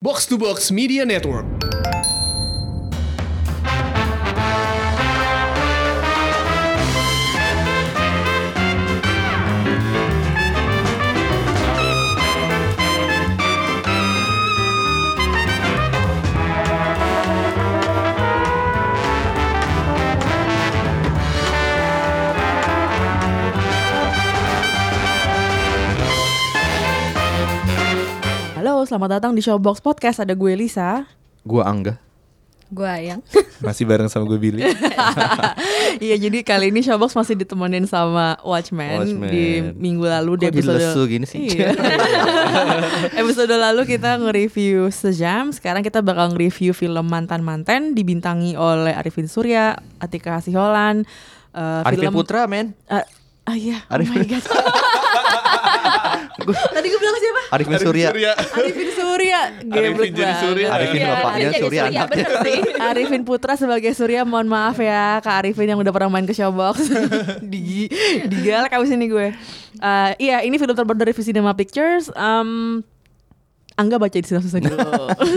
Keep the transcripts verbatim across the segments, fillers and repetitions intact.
Box to Box Media Network. Halo, selamat datang di Showbox Podcast. Ada gue Lisa. Gue Angga. Gue Ayang. Masih bareng sama gue Billy. Iya, jadi kali ini Showbox masih ditemenin sama Watchmen, Watchmen. Di minggu lalu di Kok episode dilesu gini sih? Iya. Episode lalu kita nge-review sejam. Sekarang kita bakal nge-review film Mantan-Mantan dibintangi oleh Arifin Surya, Atika Hasiholan. Uh, Arifin film... Putra, men. Uh, ah iya, oh Arifin. my god. Tadi gue bilang siapa? Arifin Surya. Arifin Surya. Arifin jadi Surya. Arifin Iya, bapaknya, jadi Surya Surya, anaknya. bener sih. Arifin Putra sebagai Surya. Mohon maaf ya Kak Arifin yang udah pernah main ke Showbox. Di digalak abis ini gue. Uh, iya, ini film terbaru dari Cinema Pictures. Um, Angga baca di sinopsisnya dulu.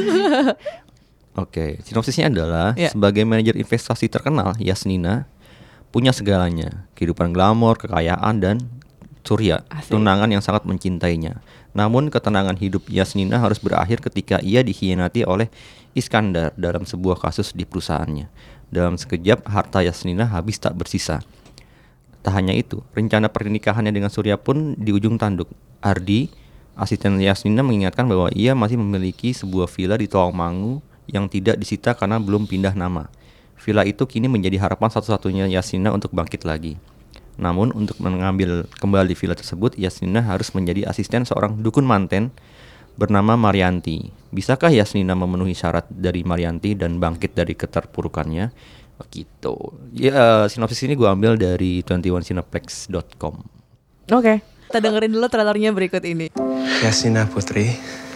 Oke, sinopsisnya adalah Ya. sebagai manajer investasi terkenal, Yasnina punya segalanya, kehidupan glamor, kekayaan, dan Surya, Asik. tunangan yang sangat mencintainya. Namun ketenangan hidup Yasnina harus berakhir ketika ia dikhianati oleh Iskandar dalam sebuah kasus di perusahaannya. Dalam sekejap harta Yasnina habis tak bersisa. Tak hanya itu, rencana pernikahannya dengan Surya pun di ujung tanduk. Ardi, asisten Yasnina, mengingatkan bahwa ia masih memiliki sebuah villa di Tawangmangu yang tidak disita karena belum pindah nama. Villa itu kini menjadi harapan satu-satunya Yasnina untuk bangkit lagi. Namun untuk mengambil kembali villa tersebut, Yasnina harus menjadi asisten seorang dukun manten bernama Marianti. Bisakah Yasnina memenuhi syarat dari Marianti dan bangkit dari keterpurukannya? Begitu. Ya, sinopsis ini gue ambil dari dua puluh satu cineplex dot com. Oke, kita dengerin dulu trailernya berikut ini. Yasnina Putri,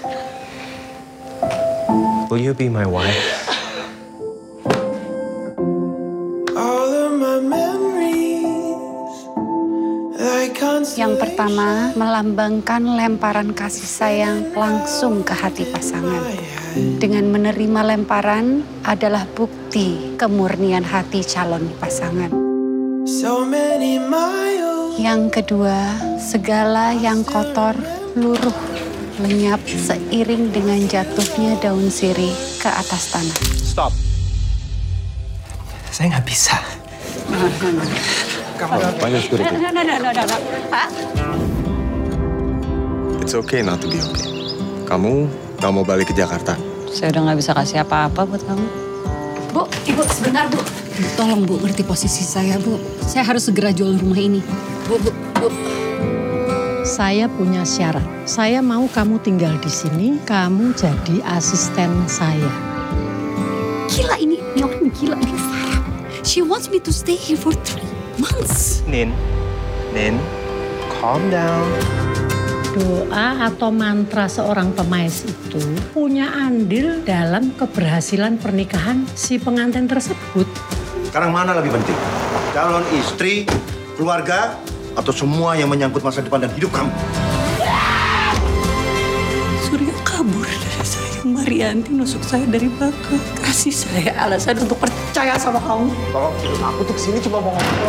will you be my wife? Yang pertama, melambangkan lemparan kasih sayang langsung ke hati pasangan. Dengan menerima lemparan adalah bukti kemurnian hati calon pasangan. Yang kedua, segala yang kotor, luruh, lenyap seiring dengan jatuhnya daun sirih ke atas tanah. Stop. Saya nggak bisa. Panggil security. No, no, no, no, no, no. Pak? It's okay not to be okay. Kamu nggak mau balik ke Jakarta? Saya udah nggak bisa kasih apa-apa buat kamu. Bu, Ibu, sebentar, Bu. Bu, tolong, Bu, ngerti posisi saya, Bu. Saya harus segera jual rumah ini. Bu, Bu, Bu. Saya punya syarat. Saya mau kamu tinggal di sini, kamu jadi asisten saya. Gila ini, ini orang gila, ini Sarah. She wants me to stay here for three months. Nin, Nin, calm down. Doa atau mantra seorang pemais itu punya andil dalam keberhasilan pernikahan si pengantin tersebut. Sekarang mana lebih penting? Calon istri, keluarga, atau semua yang menyangkut masa depan dan hidup kamu? Surya kabur dari saya. Marianti nusuk saya dari belakang. Kasih saya alasan untuk percaya sama kamu. Tolong, aku tuh kesini cuma mau ngomong.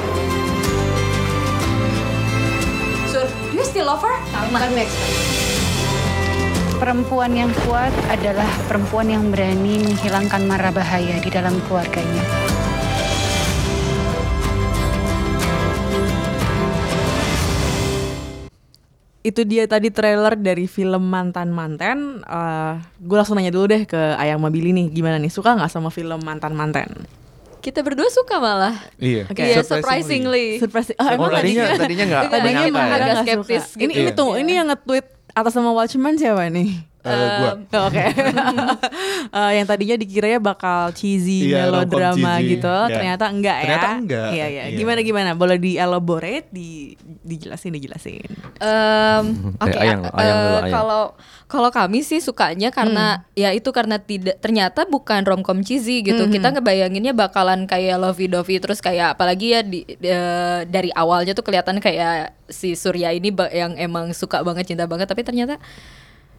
Sur, do you still love her? Makan next. Perempuan yang kuat adalah perempuan yang berani menghilangkan mara bahaya di dalam keluarganya. Itu dia tadi trailer dari film Mantan-Mantan. Uh, gue langsung nanya dulu deh ke Ayang Mabili nih, gimana nih, suka nggak sama film Mantan-Mantan? Kita berdua suka malah. Iya. Oke. Iya, surprisingly. Surprise. Oh, Oh, emang tadinya tadinya tadinya nggak tadinya nyangka emang ya? agak Agak skeptis. skeptis Ini gitu ini ya. tuh, ini yang nge-tweet atas nama Watchmen siapa nih? Eh, gua. Oh, Oke. Eh, yang tadinya dikiranya bakal cheesy Iya, melodrama rom-com cheesy. gitu, Iya. ternyata enggak ya. Ternyata enggak. Iya, iya. Iya. Gimana gimana? Boleh di-elaborate, di dijelasin, dijelasin. Um, Oke, Kayak Ayang, eh, Ayang dulu, Ayang. kalau kalau kami sih sukanya karena ya itu karena tidak ternyata bukan romcom cheesy gitu. Hmm. Kita ngebayanginnya bakalan kayak lovey-dovey terus kayak apalagi ya di, de- dari awalnya tuh kelihatan kayak si Surya ini ba- yang emang suka banget, cinta banget, tapi ternyata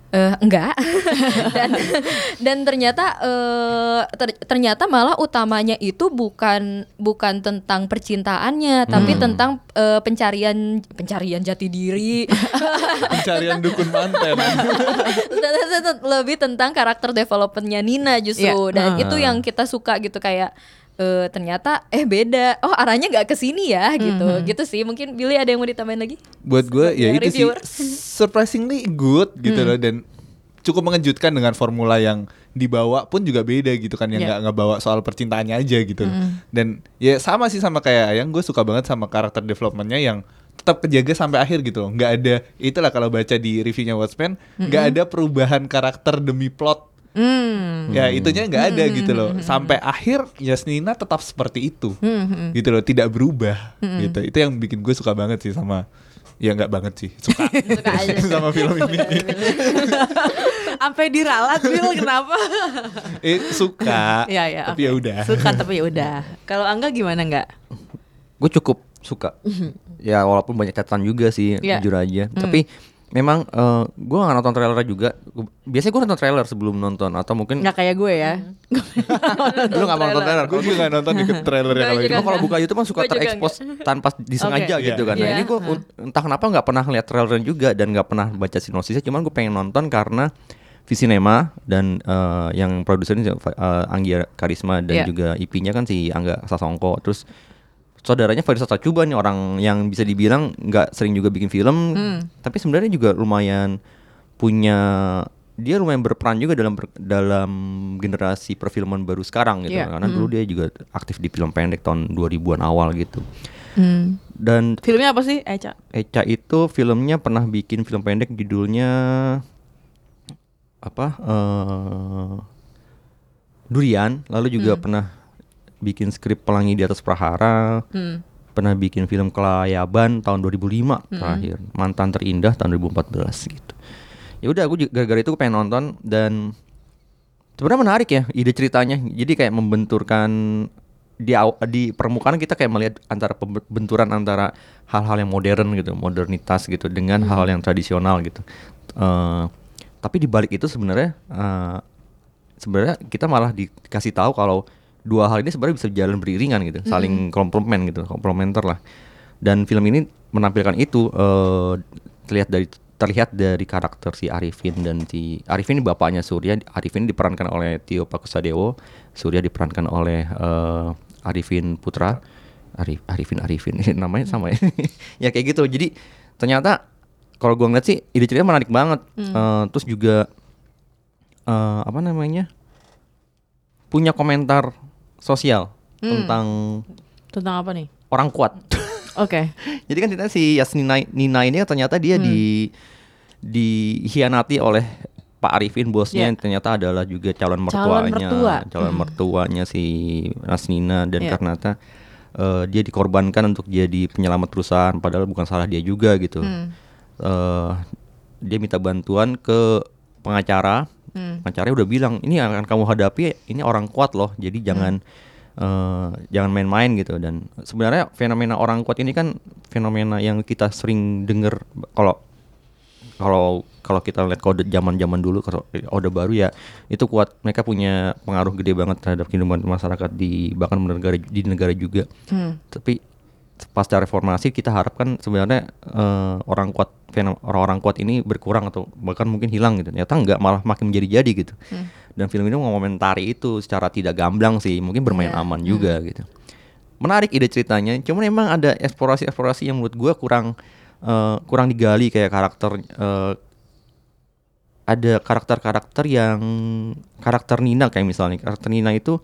Eh, enggak. dan dan ternyata eh, ter- ternyata malah utamanya itu bukan bukan tentang percintaannya, tapi Hmm. tentang eh, pencarian pencarian jati diri. Pencarian dukun manten. Lebih tentang karakter developmentnya Nina justru. Iya. Dan Hmm. itu yang kita suka gitu, kayak eh, ternyata eh beda. Oh, arahnya nggak ke sini ya gitu. Gitu sih. Mungkin Billy ada yang mau ditambahin lagi? Buat gue ya Sebagai itu sih reviewer. surprisingly good gitu loh, dan cukup mengejutkan dengan formula yang dibawa pun juga beda gitu kan, yang Yeah. nggak ngebawa soal percintaannya aja gitu loh. Dan ya sama sih sama kayak Ayang, gue suka banget sama karakter developmentnya yang tetap kejaga sampai akhir gitu loh. Nggak ada, itulah kalau baca di reviewnya Watchmen, nggak ada perubahan karakter demi plot. Hmm. Ya itunya nggak ada gitu loh. Sampai akhir Yasmina tetap seperti itu gitu loh, tidak berubah gitu. Itu yang bikin gue suka banget sih sama, ya nggak banget sih, suka, Suka aja. sama film ini. Sampai diralat Bill, kenapa? eh, suka Ya ya. tapi oke. ya udah. Suka tapi ya udah. Kalau Angga gimana nggak? Gue cukup suka. Ya walaupun banyak catatan juga sih, Iya. jujur aja. Tapi memang eh, gue gak nonton trailer juga. Gua- Biasanya gue nonton trailer sebelum nonton, atau mungkin Nggak kayak gue ya. lu gak mau nonton trailer. Gue juga nggak nonton dikit trailer ya kalau Gue itu. Cuma kalau buka YouTube kan suka Gua juga terekspos tanpa disengaja Oke. gitu Iya. kan. Nah Iya. ini gue entah kenapa nggak pernah lihat trailer juga dan nggak pernah baca sinopsisnya. Cuman gue pengen nonton karena Visinema dan eh, yang produsernya uh, Anggia Karisma dan Iya. juga I P-nya kan si Angga Sasongko. Terus saudaranya Faris Sacuba nih, orang yang bisa dibilang nggak sering juga bikin film, tapi sebenarnya juga lumayan punya, dia lumayan berperan juga dalam ber- dalam generasi perfilman baru sekarang gitu. Iya. Karena dulu dia juga aktif di film pendek tahun dua ribuan awal gitu. Hmm. Dan Filmnya apa sih, Eca? Eca itu filmnya pernah bikin film pendek judulnya apa? eh Durian. Lalu juga pernah bikin skrip Pelangi di Atas Prahara. Hmm. Pernah bikin film Kelayaban tahun dua ribu lima terakhir. Mantan Terindah tahun dua ribu empat belas gitu. Ya udah, aku juga- gara-gara itu aku pengen nonton, dan sebenarnya menarik ya ide ceritanya. Jadi kayak membenturkan di aw- di permukaan kita kayak melihat antara pembenturan antara hal-hal yang modern gitu, modernitas gitu dengan hal yang tradisional gitu. Eh, tapi di balik itu sebenarnya eh, sebenarnya kita malah dikasih tahu kalau dua hal ini sebenarnya bisa jalan beriringan gitu, saling komplement gitu, komplementer lah. Dan film ini menampilkan itu, eh, terlihat dari terlihat dari karakter si Arifin, dan si Arifin ini bapaknya Surya. Arifin diperankan oleh Tio Pakusadewo, Surya diperankan oleh eh, Arifin Putra. Arif Arifin Arifin namanya sama ya. Ya kayak gitu. Jadi ternyata kalau gua ngeliat sih ide ceritanya menarik banget. Eh, terus juga eh, apa namanya? Punya komentar sosial tentang Tentang apa nih? orang kuat. Oke. Jadi kan ternyata si Yasmina Nina ini ternyata dia di dihianati oleh Pak Arifin, bosnya, Iya. yang ternyata adalah juga calon Calon mertuanya, mertua. calon Hmm. mertuanya si Nasnina, dan Iya. karena ternyata eh, dia dikorbankan untuk jadi penyelamat perusahaan, padahal bukan salah dia juga gitu. Hmm. Eh, dia minta bantuan ke pengacara. Hmm. Pengacaranya udah bilang, ini yang akan kamu hadapi ini orang kuat loh, jadi jangan eh, jangan main-main gitu. Dan sebenarnya fenomena orang kuat ini kan fenomena yang kita sering dengar kalau kalau kalau kita lihat kode zaman-zaman dulu, kalau Orde Baru ya itu kuat, mereka punya pengaruh gede banget terhadap kehidupan masyarakat di bahkan negara di negara juga. Hmm. Tapi pasca reformasi kita harapkan sebenarnya eh, orang kuat fenom- orang-orang kuat ini berkurang atau bahkan mungkin hilang gitu. Ternyata enggak, malah makin menjadi-jadi gitu. Dan film ini mengomentari itu secara tidak gamblang sih, mungkin bermain Iya. aman juga gitu. Menarik ide ceritanya, cuman emang ada eksplorasi-eksplorasi yang menurut gua kurang eh, kurang digali, kayak karakter eh, ada karakter-karakter yang karakter Nina, kayak misalnya karakter Nina itu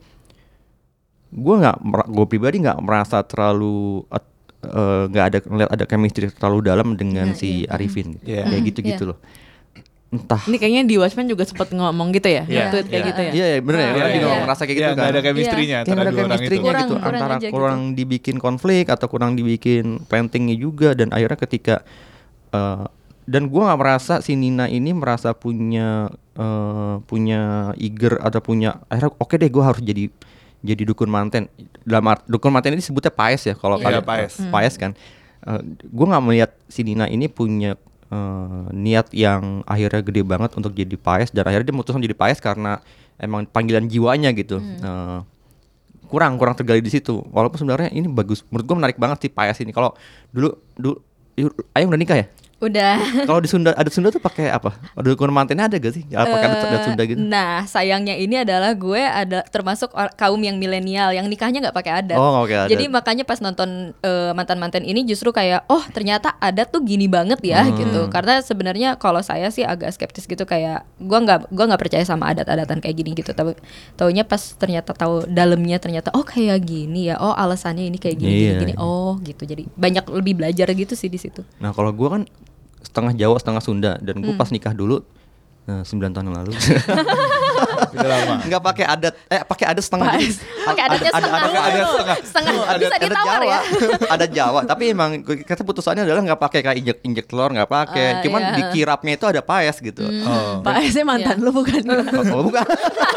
gue nggak gue pribadi nggak merasa terlalu eh, eh, nggak ada ngeliat ada chemistry terlalu dalam dengan Iya, si iya. Arifin, Iya. kayak gitu-gitu Iya. loh. Entah. Ini kayaknya di Watchmen juga sempat ngomong gitu ya, Iya. tweet kayak Iya. gitu ya. Iya, iya bener ya, Ah, orang iya, juga iya. ngerasa kayak gitu Ya, kan. nggak ada chemistry-nya Kayak antara nggak ada dua orang itu. chemistry-nya Kurang- gitu, kurang antara aja gitu. kurang dibikin konflik atau kurang dibikin plantingnya juga, dan akhirnya ketika eh, dan gue nggak merasa si Nina ini merasa punya eh, punya eager atau punya akhirnya oke deh gue harus jadi jadi dukun manten. Dalam art, dukun manten ini disebutnya paes ya kalau Iya, kalian paes. paes kan. gue nggak melihat si Nina ini punya uh, niat yang akhirnya gede banget untuk jadi Paes, dan akhirnya dia memutuskan jadi Paes karena emang panggilan jiwanya gitu. Hmm. Uh, kurang kurang tergali di situ. Walaupun sebenarnya ini bagus, menurut gue menarik banget sih Paes ini. Kalau dulu dulu Ayang udah nikah ya? Udah. Kalau di Sunda, adat Sunda tuh pakai apa? Dukun mantennya ada gak sih? Ya, pakai adat, adat Sunda gitu. Nah, sayangnya ini adalah gue ada termasuk or- kaum yang milenial yang nikahnya nggak pakai adat. Oh, nggak pakai adat. Jadi makanya pas nonton uh, mantan-mantan ini justru kayak, oh ternyata adat tuh gini banget ya Hmm. gitu. Karena sebenarnya kalau saya sih agak skeptis gitu, kayak gue nggak gue nggak percaya sama adat-adatan kayak gini gitu. Tapi taunya pas ternyata tahu dalamnya ternyata oh kayak gini ya. Oh alasannya ini kayak gini Iya, gini, gini. iya. Oh gitu. Jadi banyak lebih belajar gitu sih di situ. Nah kalau gue kan setengah Jawa setengah Sunda, dan gue Hmm. pas nikah dulu nah, sembilan tahun yang lalu Udah lama. nggak pakai adat, eh pakai adat setengah Pas. gitu. Pakai adatnya Ada- ada- setengah. ada- ada setengah. Setengah. Bisa ditawar Jawa, ya. ada Jawa, tapi emang kata putusannya adalah nggak pakai kayak injek injek telur, nggak pakai, Ah, cuman iya. di kirapnya itu ada paes gitu. Oh. Paesnya mantan Iya. lu bukan? Oh, bukan.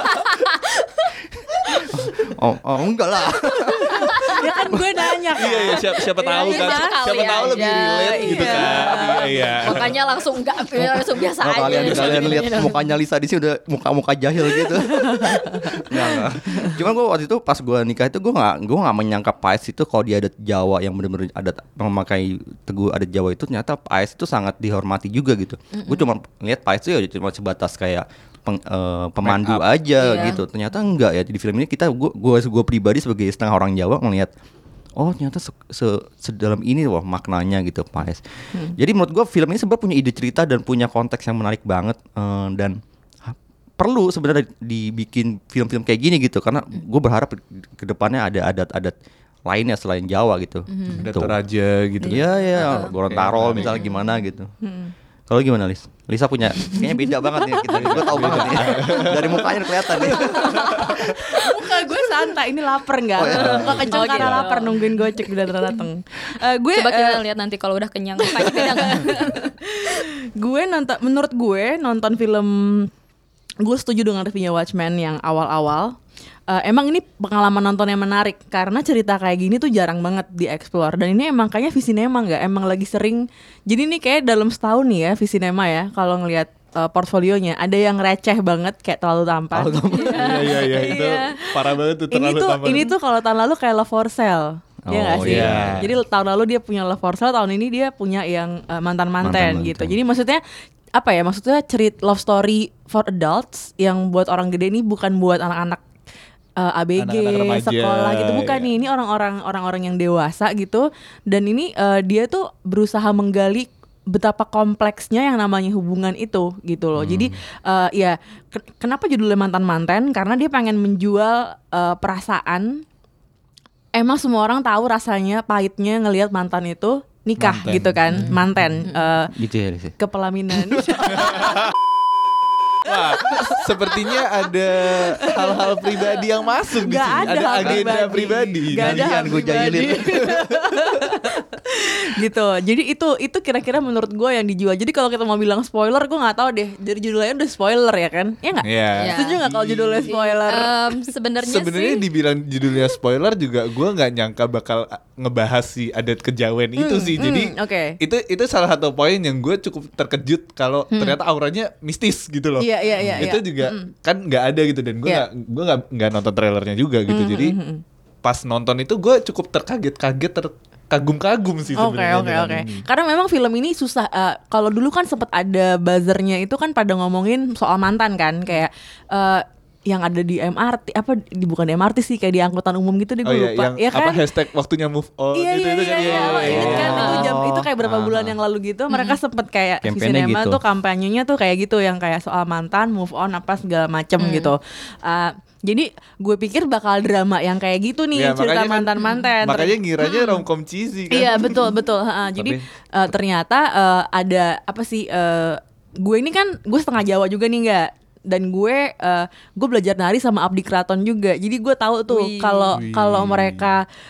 oh, oh enggak lah. Ya kan gue nanya kan. Iya, iya, siapa, siapa tahu Iya, kan. masuk kali Siapa tahu lebih aja, relate gitu iya. kan. Iya, iya. Makanya langsung enggak, langsung biasa Oh, aja. kalian kalian lihat mukanya Lisa di sini udah muka-muka jahil gitu. Enggak, enggak. Cuman gue waktu itu pas gue nikah itu gue nggak gue nggak menyangka Paes itu kalau di adat Jawa yang benar-benar adat memakai teguh adat Jawa itu ternyata Paes itu sangat dihormati juga gitu. Gue cuma lihat Paes itu ya cuma sebatas kayak peng- eh, pemandu Make up. aja Iya. gitu. Ternyata enggak ya, di film ini kita gue gue gue pribadi sebagai setengah orang Jawa ngelihat oh ternyata se, se, sedalam ini wah maknanya gitu Paes. Jadi menurut gue film ini sebenarnya punya ide cerita dan punya konteks yang menarik banget, eh, dan ha- perlu sebenarnya dibikin film-film kayak gini gitu, karena gue berharap ke depannya ada adat-adat lainnya selain Jawa gitu. Ada Gitu. Toraja gitu. Iya iya, Gorontalo misalnya gimana gitu. Kalau gimana Lis? Lisa punya kayaknya beda banget nih kita. Gue tahu banget nih. Dari mukanya udah kelihatan nih. Muka gue santai, ini lapar nggak? Oh, iya. Muka kenceng Oh, karena gitu. lapar nungguin gocek udah datang. Eh gue Coba kita eh, lihat nanti kalau udah kenyang mukanya beda nggak? gue nonton, menurut gue nonton film, gue setuju dengan reviewnya Watchmen yang awal-awal. Eh, emang ini pengalaman nonton yang menarik karena cerita kayak gini tuh jarang banget dieksplor, dan ini emang kayaknya Visinema nggak emang lagi sering. Jadi ini kayak dalam setahun nih ya Visinema ya, kalau ngelihat eh, portfolionya ada yang receh banget kayak Terlalu Tampan. Iya, iya, iya. Itu Iya. parah banget tuh. Ini Terlalu tuh Tampan. ini tuh kalau tahun lalu kayak Love for Sale. Ya nggak Oh, sih? iya. Jadi tahun lalu dia punya Love for Sale, tahun ini dia punya yang eh, mantan-mantan Mantan-mantan. gitu. Jadi maksudnya apa ya? Maksudnya cerita love story for adults yang buat orang gede ini, bukan buat anak-anak eh, A B G Anak-anak remaja, sekolah gitu, bukan iya. nih. Ini orang-orang orang-orang yang dewasa gitu. Dan ini eh, dia tuh berusaha menggali betapa kompleksnya yang namanya hubungan itu gitu loh. Jadi eh, ya ke- kenapa judulnya mantan-mantan? Karena dia pengen menjual eh, perasaan. Emang semua orang tahu rasanya pahitnya ngelihat mantan itu nikah Mantan. gitu kan, mantan eh, Gitu ya Lis. kepelaminan. Wah, sepertinya ada hal-hal pribadi yang masuk di Gak sini. ada, Ada hal agenda pribadi. Gak ada hal Gantian gue jahilin. pribadi. Gitu. Jadi itu itu kira-kira menurut gue yang dijual. Jadi kalau kita mau bilang spoiler, gue nggak tahu deh. Dari judulnya udah spoiler ya kan? Ya nggak? Iya. Iya. Setuju nggak kalau judulnya spoiler? Em, sebenarnya Sebenarnya sih dibilang judulnya spoiler juga gue nggak nyangka bakal a- ngebahas si adat kejawen itu sih. Jadi hmm, oke. itu itu salah satu poin yang gue cukup terkejut kalau ternyata auranya mistis gitu loh. Iya, iya, iya, Itu iya. juga kan nggak ada gitu, dan gue Iya. nggak gue nggak nggak nonton trailernya juga gitu. Jadi pas nonton itu gue cukup terkaget-kaget, terkagum-kagum sih Oke sebenarnya. oke dengan oke. ini. Karena memang film ini susah. eh, kalau dulu kan sempat ada buzzernya itu kan pada ngomongin soal mantan kan, kayak eh, yang ada di M R T apa di bukan di M R T sih, kayak di angkutan umum gitu deh, Oh gue iya, lupa. yang Ya apa kan? hashtag waktunya move on Iya gitu iya itu iya, kan. iya, lo inget kan itu jam Oh. itu kayak berapa Ah. bulan yang lalu gitu, mereka sempet kayak Campaign-nya Visinema gitu. tuh kampanyenya tuh kayak gitu, yang kayak soal mantan, move on apa segala macem gitu. Uh, jadi gue pikir bakal drama yang kayak gitu nih, Iya, cerita makanya kan- mantan-mantan. Makanya ngiranya romcom cheesy kan. Iya betul betul. Ha, jadi eh, ternyata eh, ada apa sih? eh, gue ini kan gue setengah Jawa juga nih nggak. Dan gue eh, gue belajar nari sama Abdi Kraton juga. Jadi gue tahu tuh Wih. kalau Wih. kalau mereka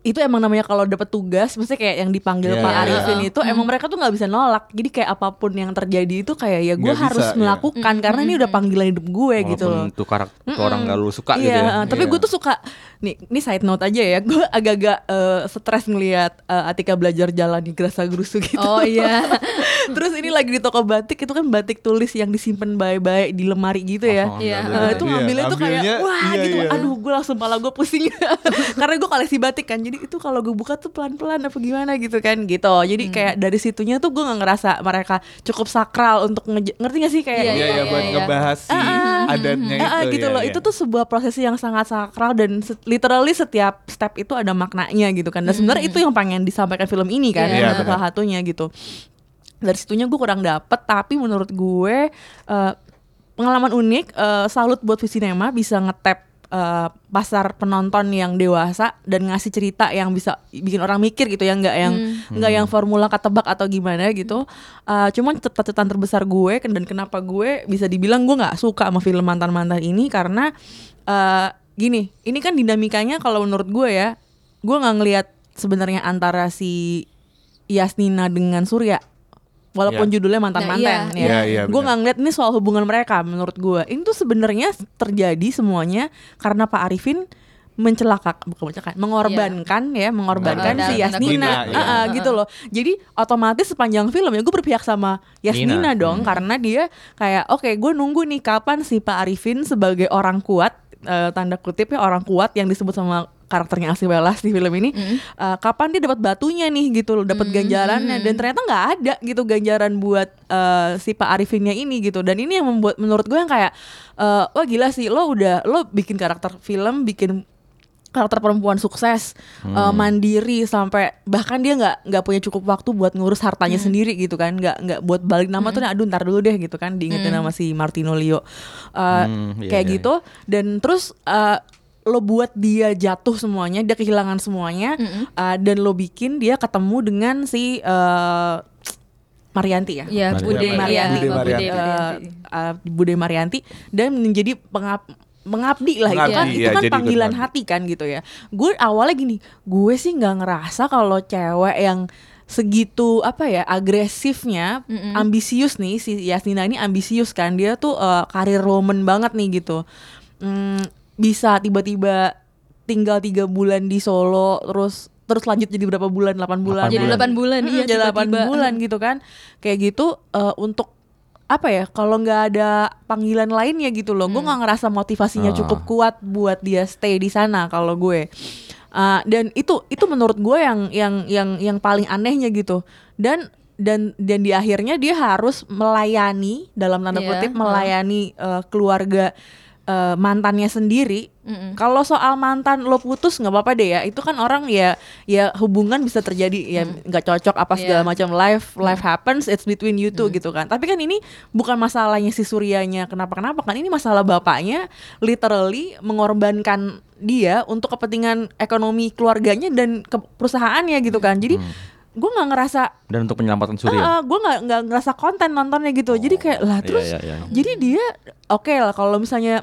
itu emang namanya kalau dapat tugas, maksudnya kayak yang dipanggil Yeah, Pak yeah, Arifin yeah. itu emang mereka tuh nggak bisa nolak. Jadi kayak apapun yang terjadi itu kayak ya gue Nggak harus bisa, melakukan yeah. karena ini udah panggilan hidup gue gitu loh. Walaupun tuh karakter tuh orang gak lu suka Iya, gitu ya. uh, tapi Iya. gue tuh suka nih, ini side note aja ya. Gue agak-agak uh, stres ngelihat uh, Atika belajar jalan di gerasa gerusu gitu. Oh iya. Terus ini lagi di toko batik, itu kan batik tulis yang disimpan baik-baik di lemari gitu ya. Kosong, Iya. nggak Uh, ada. itu Iya, ngambilnya tuh kayak ngambilnya, wah iya, gitu. iya. Aduh, gue langsung pala gue pusing. Karena gue koleksi batik kan. Jadi itu kalau gue buka tuh pelan-pelan apa gimana gitu kan gitu. Jadi kayak dari situnya tuh gue nggak ngerasa mereka cukup sakral untuk nge- ngerti gak sih kayak Iya, Iya, iya, buat iya. ngebahas si adatnya Ah, ah, itu. gitu ya, loh. ya. Itu tuh sebuah prosesi yang sangat sakral dan se- literally setiap step itu ada maknanya gitu kan. Dan sebenarnya itu yang pengen disampaikan film ini kan, Iya, salah benar. satunya gitu. Dari situnya gue kurang dapet, tapi menurut gue uh, pengalaman unik. Uh, salut buat Visinema bisa ngetap uh, pasar penonton yang dewasa dan ngasih cerita yang bisa bikin orang mikir gitu ya, nggak yang nggak yang formula ketebak atau gimana gitu. Uh, cuman catatan terbesar gue dan kenapa gue bisa dibilang gue nggak suka sama film mantan-mantan ini karena uh, gini, ini kan dinamikanya kalau menurut gue ya, gue nggak ngelihat sebenarnya antara si Yasnina dengan Surya. Walaupun Iya. judulnya mantan-mantan Nah, ya, Iya, iya, gue benar. nggak ngeliat ini soal hubungan mereka. Menurut gue ini tuh sebenarnya terjadi semuanya karena Pak Arifin mencelakakan, bukan mencelakakan, mengorbankan ya, mengorbankan Oh, si dalam tanda Yasnina, kutip. Ah, ah, gitu loh. Jadi otomatis sepanjang film ya gue berpihak sama Yasnina Nina. dong, karena dia kayak oke, gue nunggu nih kapan si Pak Arifin sebagai orang kuat, eh, tanda kutipnya orang kuat yang disebut sama karakternya Asli Welas di film ini, eh, kapan dia dapat batunya nih gitu loh, dapat ganjarannya, dan ternyata nggak ada gitu ganjaran buat eh, si Pak Arifinnya ini gitu. Dan ini yang membuat menurut gue yang kayak eh, wah gila sih, lo udah lo bikin karakter film, bikin karakter perempuan sukses, eh, mandiri, sampai bahkan dia nggak nggak punya cukup waktu buat ngurus hartanya sendiri gitu kan, nggak nggak buat balik nama tuh, aduh ntar dulu deh gitu kan, diingetin sama si Martino Leo. Eh, Hmm, iya, kayak iya. gitu. Dan terus eh, lo buat dia jatuh semuanya, dia kehilangan semuanya, uh, dan lo bikin dia ketemu dengan si uh, Marianti ya, Iya, Marianti. Bude Marianti, Marianti. Bude Mbak Bude Marianti. Marianti. Uh, uh, Bude Marianti, dan menjadi pengab mengabdi lah, itu Mengabdi, kan iya, itu kan jadi ikut panggilan mengabdi. hati kan gitu ya. Gue awalnya gini, gue sih nggak ngerasa kalau cewek yang segitu apa ya agresifnya, ambisius nih, si Yasnina ini ambisius kan, dia tuh uh, karir woman banget nih gitu. Hmm, bisa tiba-tiba tinggal tiga bulan di Solo, terus terus lanjut jadi berapa bulan, delapan bulan. Delapan Jadi delapan bulan, Hmm, iya, jadi delapan tiba-tiba. bulan gitu kan. Kayak gitu uh, untuk apa ya, kalau nggak ada panggilan lainnya gitu loh, gue nggak ngerasa motivasinya Ah. cukup kuat buat dia stay di sana kalau gue. Uh, dan itu itu menurut gue yang yang yang yang paling anehnya gitu. Dan dan dan di akhirnya dia harus melayani, dalam tanda Iya, kutip, uh. melayani uh, keluarga uh, mantannya sendiri. Mm-mm. Kalau soal mantan lo putus nggak apa-apa deh ya, itu kan orang ya ya hubungan bisa terjadi ya nggak cocok apa segala Iya. macam, life life happens, it's between you two gitu kan. Tapi kan ini bukan masalahnya si Suryanya kenapa-kenapa kan, ini masalah bapaknya literally mengorbankan dia untuk kepentingan ekonomi keluarganya dan ke perusahaannya gitu kan. Jadi gue nggak ngerasa, Dan untuk penyelamatan Surya. ah, gue nggak nggak ngerasa konten nontonnya gitu. Jadi kayak lah iya, terus, iya, iya. jadi dia oke lah kalau misalnya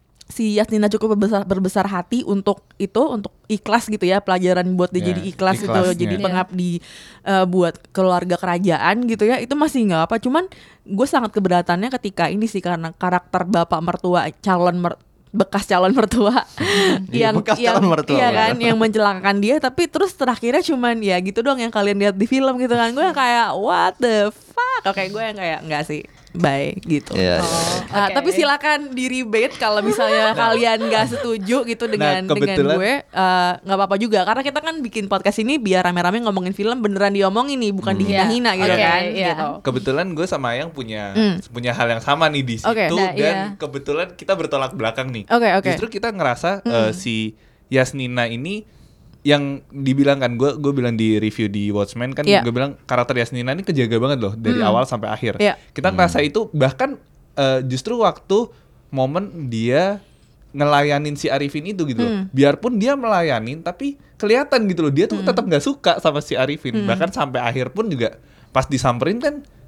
si Yasnina cukup berbesar, berbesar hati untuk itu, untuk ikhlas gitu ya, pelajaran buat dia Ya, jadi ikhlas gitu, ikhlasnya. jadi Iya. pengabdi uh, buat keluarga kerajaan gitu ya, itu masih nggak apa. Cuman gue sangat keberatannya ketika ini sih, karena karakter bapak mertua, calon mer- bekas calon mertua Iya, yang bekas yang calon mertua. iya kan, yang mencelakakan dia, tapi terus terakhirnya cuman ya gitu doang yang kalian lihat di film gitu kan. Gue yang kayak what the fuck, oke gue yang kayak enggak sih, bye gitu. Iya, iya. Ah, Oke. tapi silakan di rebate kalau misalnya kalian nggak setuju gitu dengan dengan kebetulan- gue, eh, nggak apa-apa juga, karena kita kan bikin podcast ini biar rame-rame ngomongin film beneran diomongin nih, bukan dihina-hina Iya. gitu Oke, kan. iya. Gitu. Kebetulan gue sama Ayang punya Hmm. punya hal yang sama nih di situ, Oke, nah, dan iya. kebetulan kita bertolak belakang nih. Oke, oke. Justru kita ngerasa eh, si Yasnina ini yang dibilang kan, gue gue bilang di review di Watchmen kan, Iya. gue bilang karakter Yasnina ini kejaga banget loh dari Hmm. awal sampai akhir. Iya. Kita ngerasa itu, bahkan eh, justru waktu momen dia ngelayanin si Arifin itu gitu loh. Hmm. Biarpun dia melayanin, tapi kelihatan gitu loh dia tuh tetap nggak suka sama si Arifin. Hmm. Bahkan sampai akhir pun juga pas disamperin kan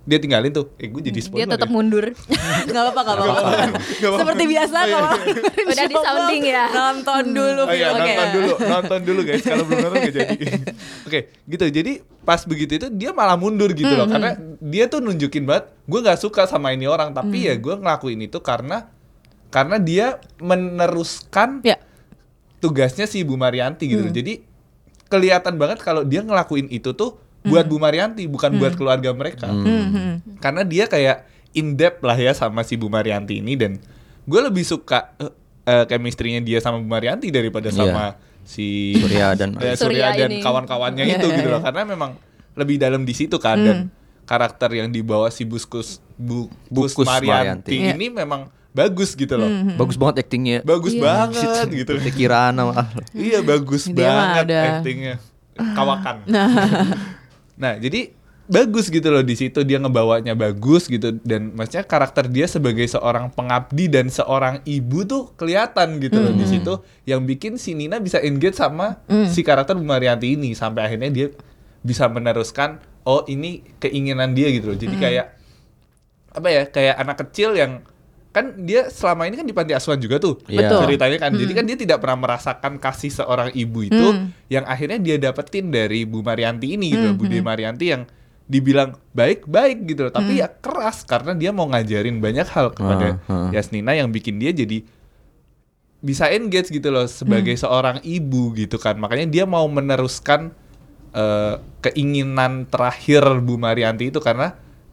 dia tinggalin tuh. Eh gue jadi spoiler. Dia tetap ya. mundur. Gak apa-apa, gak apa-apa. Seperti biasa kalau Udah di sounding ya. Nonton dulu Oh iya, film, oke. nonton dulu, nonton dulu guys. Kalau belum nonton gak jadi. Oke, gitu. Jadi pas begitu itu dia malah mundur gitu loh, karena dia tuh nunjukin banget, gue nggak suka sama ini orang, tapi ya gue ngelakuin itu karena karena dia meneruskan Ya. tugasnya si Bu Marianti gitu. Jadi kelihatan banget kalau dia ngelakuin itu tuh buat Bu Marianti, bukan buat keluarga mereka. Karena dia kayak in depth lah ya sama si Bu Marianti ini, dan gue lebih suka uh, uh, chemistry-nya dia sama Bu Marianti daripada Iya. sama si Surya dan eh, Surya Surya dan ini. kawan-kawannya Iya, itu iya, gitu loh, iya. karena memang lebih dalam di situ kan, dan karakter yang dibawa si Buskus Bu, Bus Buskus Marianti Marianti. ini memang bagus gitu loh. Bagus banget actingnya. Bagus Iya. banget gitu. Pikiran sama Iya, bagus Dia mah banget ada. actingnya. Kawakan. Nah, jadi bagus gitu loh di situ, dia ngebawanya bagus gitu, dan maksudnya karakter dia sebagai seorang pengabdi dan seorang ibu tuh kelihatan gitu loh di situ, yang bikin si Nina bisa engage sama si karakter Bu Marianti ini sampai akhirnya dia bisa meneruskan, oh ini keinginan dia gitu loh. Jadi kayak apa ya, kayak anak kecil yang kan dia selama ini kan di panti asuhan juga tuh. Iya. Betul. Ceritanya kan. Jadi kan dia tidak pernah merasakan kasih seorang ibu itu yang akhirnya dia dapetin dari Bu Marianti ini gitu. Bu De Marianti yang dibilang baik-baik gitu loh, tapi ya keras karena dia mau ngajarin banyak hal kepada Ah, ah. Yasnina yang bikin dia jadi bisa engage gitu loh sebagai seorang ibu gitu kan. Makanya dia mau meneruskan eh, keinginan terakhir Bu Marianti itu, karena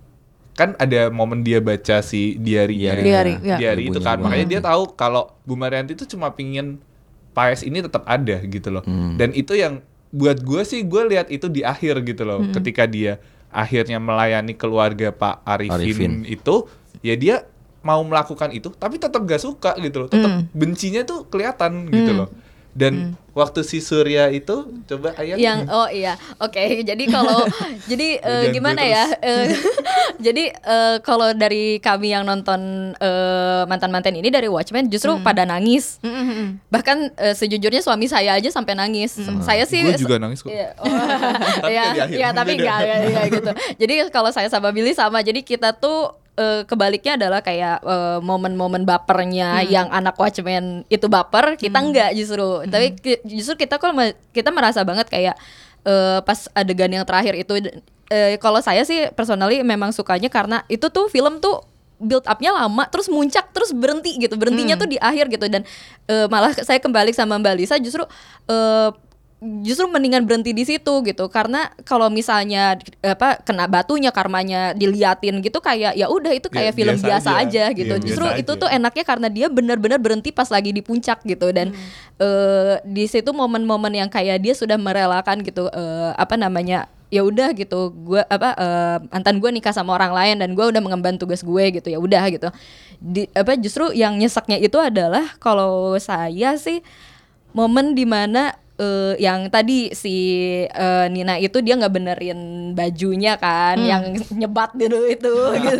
kan ada momen dia baca si diary Diary. Diary, ya. diary itu Ibunya kan, Bu makanya dia Marianti. tahu kalau Bu Marianti itu cuma pingin P A E S ini tetap ada gitu loh. Dan itu yang buat gue sih, gue lihat itu di akhir gitu loh, ketika dia akhirnya melayani keluarga Pak Arifin, Arifin. itu ya dia mau melakukan itu tapi tetap gak suka gitu loh, tetap bencinya tuh kelihatan gitu loh. Dan waktu si Surya itu coba ayat Yang oh iya, oke. Jadi kalau jadi eh, Jangan gimana gue ya? Eh, jadi eh, kalau dari kami yang nonton eh, mantan-mantan ini dari Watchmen justru pada nangis. Bahkan eh, sejujurnya suami saya aja sampai nangis. Saya sih Gue juga nangis kok. Iya, oh, Tapi ya, nggak di akhir. ya, tapi Beda. enggak, enggak, enggak gitu. Jadi kalau saya sama Billy sama, jadi kita tuh eh, kebaliknya adalah kayak eh, momen-momen bapernya yang anak Watchmen itu baper, kita enggak justru. Tapi ki- justru kita kalau me- kita merasa banget kayak eh, pas adegan yang terakhir itu, eh, kalau saya sih personally memang sukanya karena itu tuh film tuh build up-nya lama, terus muncak, terus berhenti gitu, berhentinya tuh di akhir gitu. Dan eh, malah saya kembali sama Mbak Lisa justru eh, justru mendingan berhenti di situ gitu, karena kalau misalnya apa kena batunya, karmanya diliatin gitu, kayak ya udah itu kayak Ya, film biasa biasa, aja. aja gitu. Iya, Justru biasa itu aja. tuh enaknya karena dia benar-benar berhenti pas lagi di puncak gitu. Dan eh, di situ momen-momen yang kayak dia sudah merelakan gitu, eh, apa namanya, ya udah gitu, gue apa eh, mantan gue nikah sama orang lain dan gue udah mengemban tugas gue gitu, ya udah gitu. Di, apa justru yang nyeseknya itu adalah kalau saya sih momen dimana Uh, yang tadi si uh, Nina itu dia nggak benerin bajunya kan, yang nyebat dulu itu gitu.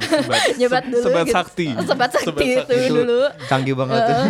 Nyebat dulu Sebat gitu. sakti. Oh, sebat sakti Sebat itu sakti. Itu dulu. canggih banget tuh.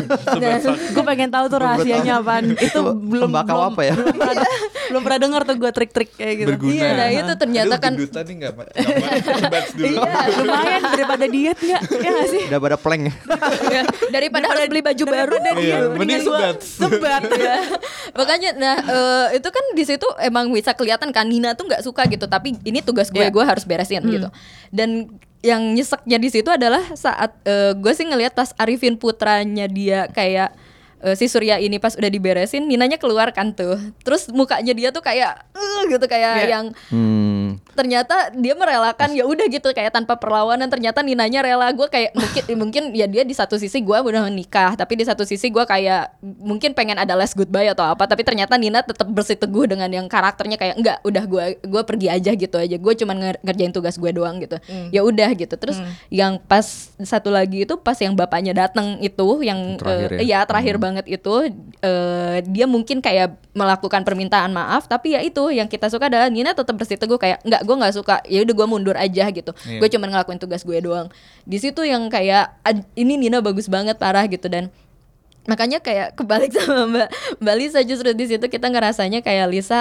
Gue pengen tahu tuh rahasianya apaan. Itu belum tembakau belum, apa ya? belum pernah, belum pernah dengar tuh gue trik-trik kayak gitu. Berguna. Iya, nah itu ternyata Aduh, kan gendutan nih nggak ma- nggak ma- sebat dulu. iya, Lumayan daripada diet nggak? Ya nggak sih? Udah pada plank. ya, daripada harus beli baju baru dan Iya, Mendingan mending gua sebat. Sebat ya. Makanya nah eh, itu kan di situ emang bisa kelihatan kan Nina tuh nggak suka gitu, tapi ini tugas gue, Iya. gue harus beresin gitu. Dan yang nyeseknya di situ adalah saat eh, gue sih ngelihat pas Arifin putranya dia kayak eh, si Surya ini pas udah diberesin, Ninanya keluar kan tuh, terus mukanya dia tuh kayak uh, gitu kayak Iya. yang Hmm. ternyata dia merelakan, ya udah gitu kayak tanpa perlawanan. Ternyata Ninanya rela. Gue kayak mungkin mungkin ya dia di satu sisi gue udah menikah, tapi di satu sisi gue kayak mungkin pengen ada last goodbye atau apa, tapi ternyata Nina tetap bersiteguh dengan yang karakternya kayak enggak, udah gue gue pergi aja gitu aja, gue cuman nger- ngerjain tugas gue doang gitu. Ya udah gitu. Terus yang pas satu lagi itu pas yang bapaknya datang itu yang Terakhir eh, ya? ya terakhir banget itu eh, dia mungkin kayak melakukan permintaan maaf, tapi ya itu yang kita suka adalah Nina tetap bersiteguh kayak enggak, gue nggak suka, ya udah gue mundur aja gitu. Iya. Gue cuma ngelakuin tugas gue doang. Di situ yang kayak ad- ini Nina bagus banget parah gitu. Dan makanya kayak kebalik sama Mbak Mbak Lisa, justru di situ kita ngerasanya kayak Lisa